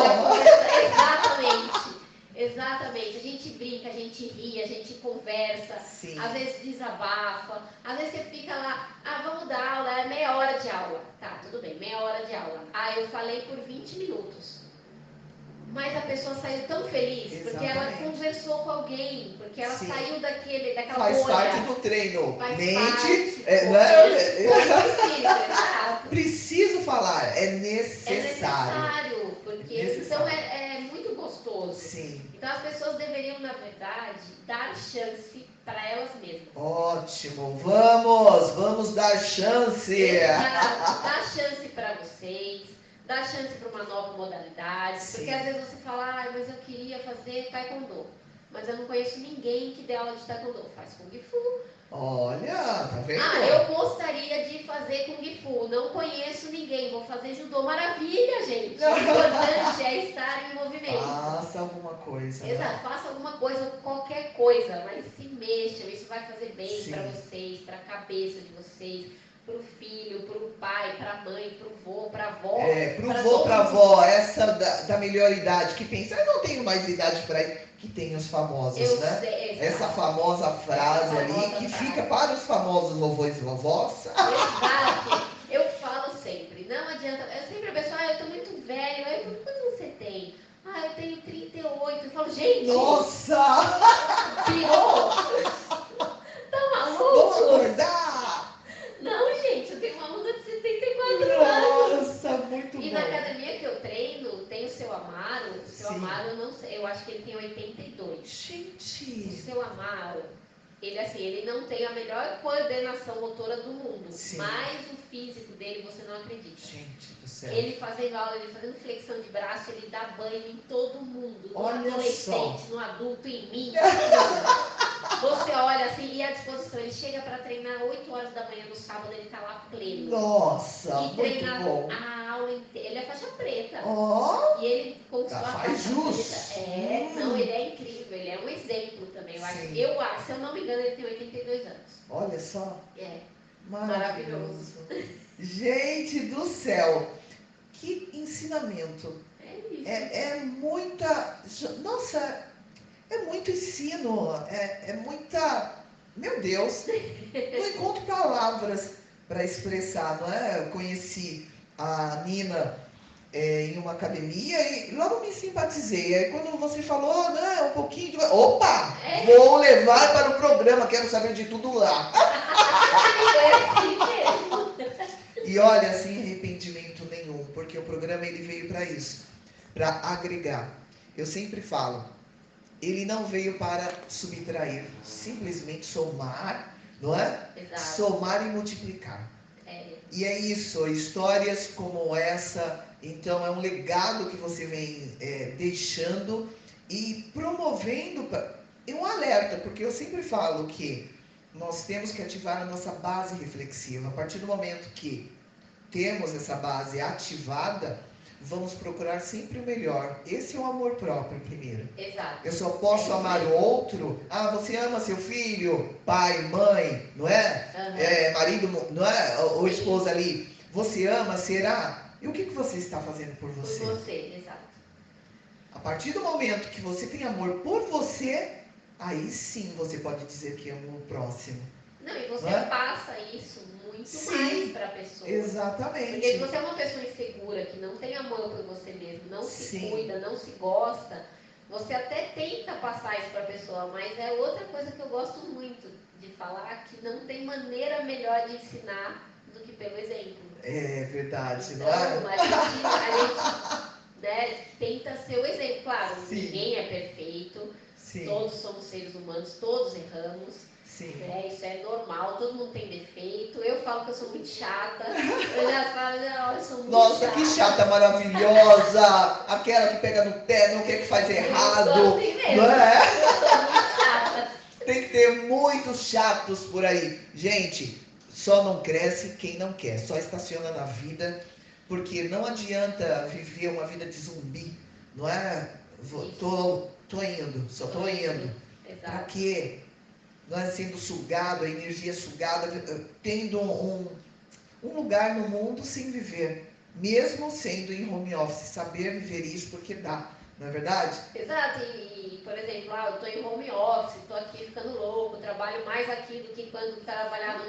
Exatamente. A gente brinca, a gente ri, a gente conversa, às vezes desabafa, às vezes você fica lá, vamos dar aula, é meia hora de aula. Tá, tudo bem, meia hora de aula. Eu falei por 20 minutos. mas a pessoa saiu tão feliz, porque ela Exatamente. conversou com alguém, porque ela Sim. saiu daquela Faz bolha. parte do treino. Faz Mente, parte, exato. preciso falar, é É necessário. necessário, porque Necessário. então é muito gostoso. Sim. Então as pessoas deveriam, na verdade, dar chance para elas mesmas. Ótimo, vamos dar chance. Exato. Dá chance para vocês, dá chance para uma nova modalidade, Sim. porque às vezes você fala, mas eu queria fazer taekwondo, mas eu não conheço ninguém que dê aula de taekwondo. Faz Kung Fu. Olha, tá vendo? Eu gostaria de fazer Kung Fu, não conheço ninguém, vou fazer judô. Maravilha, gente. O importante é estar em movimento. Faça alguma coisa. Exato, faça alguma coisa, qualquer coisa, mas se mexam, isso vai fazer bem Sim. para vocês, para a cabeça de vocês, para o filho, para o pai, para a mãe, para o vô, para a avó. Pro vô, pra avó, essa da melhor idade, que pensa, eu não tenho mais idade para ir, que tem os famosos, Eu né? sei, Essa famosa frase ali, que fica para os famosos vovôs e vovós. Exato. Eu falo sempre, não adianta. Eu sempre a pessoa, eu tô muito velho. Quanto você tem? Eu tenho 38. Eu falo, gente, Nossa! pirou? Tá Vamos maluco? acordar! Não, gente, eu tenho uma aluna de 74 anos. Nossa, muito E bom. na academia que eu treino, tem o seu Amaro. O seu Sim. Amaro, eu não sei, eu acho que ele tem 82. O Gente! seu Amaro, ele não tem a melhor coordenação motora do mundo, Sim. mas o físico dele você não acredita. Gente do céu. Ele fazendo aula, ele fazendo flexão de braço, ele dá banho em todo mundo, no Olha adolescente, no adulto, em mim. Você olha assim, e à disposição, ele chega para treinar 8 horas da manhã no sábado, ele tá lá pleno. Nossa, E muito treina bom. a aula inteira. Ele é faixa preta. Ó, E ele conquistou a faz faixa jus. preta. Não, ele é incrível, ele é um exemplo também. Sim. Eu acho, se eu não me engano, ele tem 82 anos. olha só. É. Maravilhoso. Gente do céu, que ensinamento. É isso. É muita. Nossa, é muito ensino. É muita. Meu Deus, não encontro palavras para expressar, não é? Eu conheci a Nina em uma academia e logo me simpatizei. Aí quando você falou, um pouquinho de. Opa! Vou levar para o programa, quero saber de tudo lá. É assim mesmo. E olha, sem arrependimento nenhum, porque o programa ele veio para isso, para agregar. Eu sempre falo, ele não veio para subtrair, simplesmente somar, não é? Exato. Somar e multiplicar. E é isso, histórias como essa, então é um legado que você vem deixando e promovendo, é um alerta, porque eu sempre falo que nós temos que ativar a nossa base reflexiva. A partir do momento que temos essa base ativada, vamos procurar sempre o melhor. Esse é o amor próprio primeiro. Exato. Eu só posso amar o outro. Você ama seu filho, pai, mãe, não é? Uhum. Marido, não é? Ou esposa ali. Você ama, será? E o que você está fazendo por você? Por você, exato. A partir do momento que você tem amor por você, aí sim você pode dizer que ama o próximo. Não, e você Não é? passa isso muito Sim, mais para a pessoa. Exatamente. Porque se você é uma pessoa insegura, que não tem amor por você mesmo, não se Sim. cuida, não se gosta, você até tenta passar isso para a pessoa, mas é outra coisa que eu gosto muito de falar, que não tem maneira melhor de ensinar do que pelo exemplo. É verdade, Então, não a é? gente né, tenta ser o exemplo. Claro, Sim. ninguém é perfeito, Sim, todos somos seres humanos, todos erramos. sim. Isso é normal, todo mundo tem defeito. Eu falo que eu sou muito chata. Eu já falo, não, eu sou muito Nossa, chata. que chata maravilhosa! Aquela que pega no pé, não quer que faz Eu errado. sou assim mesmo. Não é? Eu sou muito chata. Tem que ter muitos chatos por aí. Gente, só não cresce quem não quer. Só estaciona na vida, porque não adianta viver uma vida de zumbi, não é? Tô indo, só tô indo. Pra Exato. quê? Nós sendo sugado, a energia sugada, tendo um lugar no mundo sem viver, mesmo sendo em home office, saber viver isso porque dá, não é verdade? Exato. E, por exemplo, eu estou em home office, estou aqui ficando louco, trabalho mais aqui do que quando trabalhava no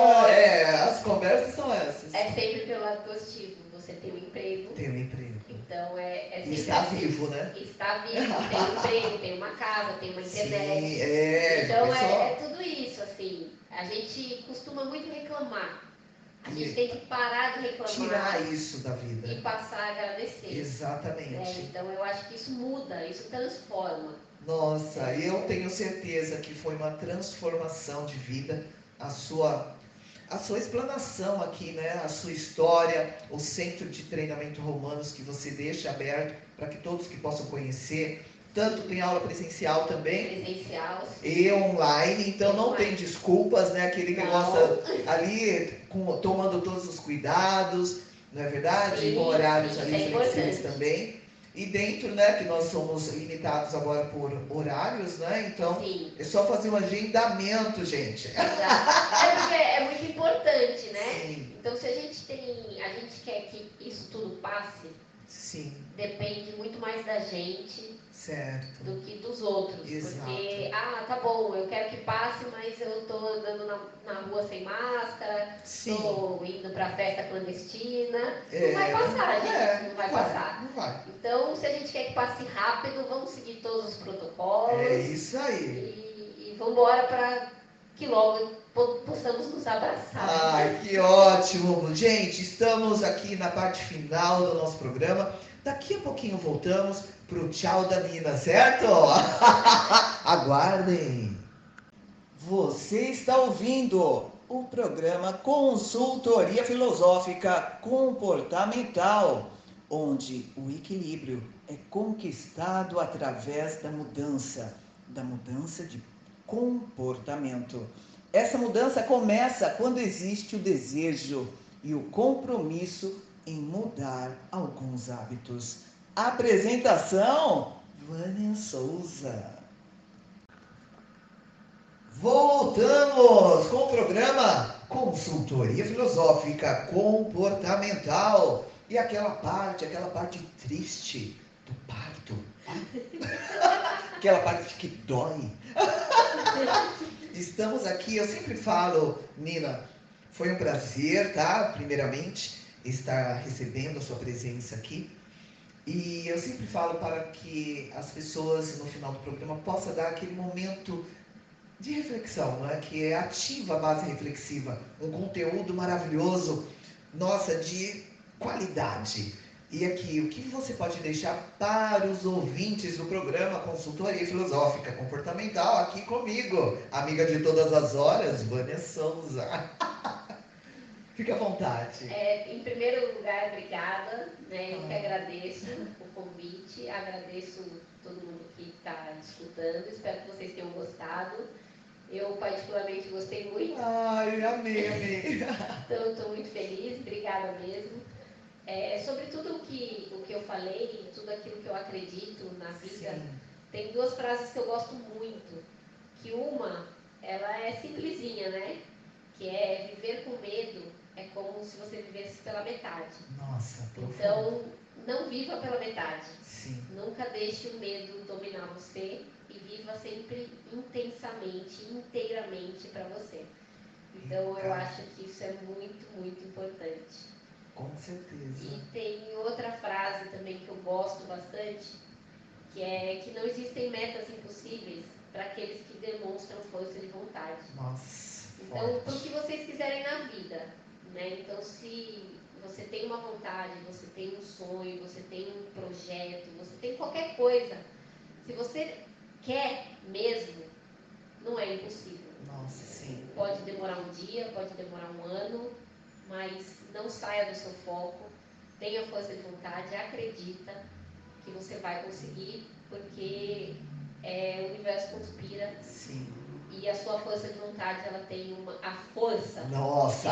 escritório. As conversas são essas. É sempre pelo lado positivo. Você tem um emprego. Tem um emprego. Então, E está vivo, né? Está vivo, tem um emprego, tem uma casa, tem uma internet. Sim, Então, pessoal. é tudo isso, assim. A gente costuma muito reclamar. A gente E tem que parar de reclamar. tirar isso da vida. E passar a agradecer. Exatamente. Então, eu acho que isso muda, isso transforma. Nossa, eu tenho certeza que foi uma transformação de vida a sua explanação aqui, né? A sua história, o centro de treinamento Romanos que você deixa aberto para que todos que possam conhecer. Tanto tem aula presencial também. Presencial. E online, então não Online. tem desculpas, né? Aquele que Não. gosta ali tomando todos os cuidados, não é verdade? Sim, Com horários sim, ali isso é flexíveis importante. também. E dentro, né, que nós somos limitados agora por horários, né? Então Sim. é só fazer um agendamento, gente. Exato. É porque é muito importante, né? Sim, Então, se a gente quer que isso tudo passe, sim, depende muito mais da gente certo. do que dos outros. Exato. Porque, tá bom, eu quero que passe, mas eu tô andando na rua sem máscara, Sim. tô indo pra festa clandestina. É, Não vai passar, gente. Não vai vai, passar. não vai. Então, se a gente quer que passe rápido, vamos seguir todos os protocolos. É isso aí. E vamos embora para que logo possamos nos abraçar. Ai, que ótimo! Gente, estamos aqui na parte final do nosso programa. Daqui a pouquinho voltamos pro tchau da Nina, certo? Aguardem! Você está ouvindo o programa Consultoria Filosófica Comportamental, onde o equilíbrio é conquistado através da mudança de comportamento. Essa mudança começa quando existe o desejo e o compromisso em mudar alguns hábitos. Apresentação: Vânia Souza. Voltamos com o programa Consultoria Filosófica Comportamental. E aquela parte triste do parto. Aquela parte que dói. Estamos aqui, eu sempre falo, Nina, foi um prazer, tá? Primeiramente, estar recebendo a sua presença aqui. E eu sempre falo para que as pessoas, no final do programa, possam dar aquele momento de reflexão, não é? Que é ativa a base reflexiva. Um conteúdo maravilhoso, nossa, de qualidade. E aqui, o que você pode deixar para os ouvintes do programa Consultoria Filosófica Comportamental, aqui comigo, amiga de todas as horas, Vânia Souza. Fique à vontade. Em primeiro lugar, obrigada. Né? Eu que agradeço o convite, agradeço todo mundo que está escutando, espero que vocês tenham gostado. Eu, particularmente, gostei muito. Ai, amei. Então, estou muito feliz, obrigada mesmo. Sobre tudo o que eu falei, tudo aquilo que eu acredito na vida, sim, tem duas frases que eu gosto muito. Que uma, ela é simplesinha, né? Que é: viver com medo é como se você vivesse pela metade. Nossa, profundo. Então, não viva pela metade. Sim. Nunca deixe o medo dominar você e viva sempre intensamente, inteiramente para você. Então, eu acho que isso é muito, muito importante. Com certeza. E tem outra frase também que eu gosto bastante, que é que não existem metas impossíveis para aqueles que demonstram força de vontade. Nossa, então, para o que vocês quiserem na vida, né? Então, se você tem uma vontade, você tem um sonho, você tem um projeto, você tem qualquer coisa, se você quer mesmo, não é impossível. Nossa, sim. Pode demorar um dia, pode demorar um ano, mas não saia do seu foco, tenha força de vontade, acredita que você vai conseguir, porque o universo conspira. Sim. E a sua força de vontade, ela tem a força. Nossa,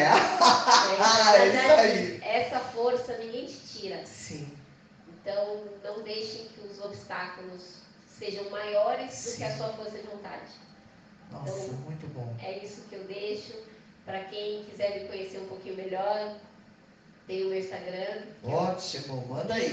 verdade, isso aí. Essa força ninguém te tira. Sim. Então, não deixem que os obstáculos sejam maiores Sim. do que a sua força de vontade. Nossa, então, muito bom. É isso que eu deixo. Para quem quiser me conhecer um pouquinho melhor, tem o meu Instagram. Ótimo, manda aí.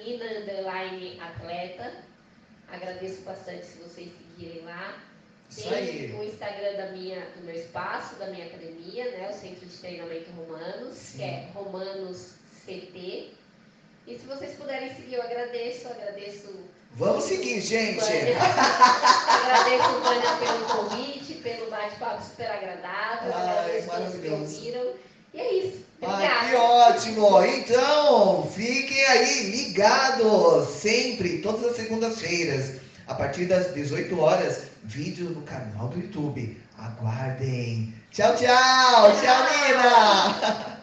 Nina_atleta. Agradeço bastante se vocês seguirem lá. Isso tem aí. O Instagram do meu espaço, da minha academia, né? O Centro de Treinamento Romanos, sim, que é Romanos CT. E E se vocês puderem seguir, eu agradeço. Vamos seguir, gente. Agradeço, Vânia, pelo convite, pelo bate-papo super agradável. Agradeço a todos que ouviram. E é isso. Obrigada. Que ótimo! Então, fiquem aí ligados sempre, todas as segundas-feiras, a partir das 18 horas, vídeo no canal do YouTube. Aguardem. Tchau, tchau! Tchau, Nina!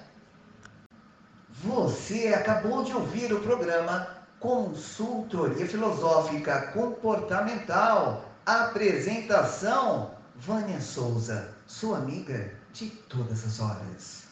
Você acabou de ouvir o programa Consultoria Filosófica Comportamental. Apresentação: Vânia Souza, sua amiga de todas as horas.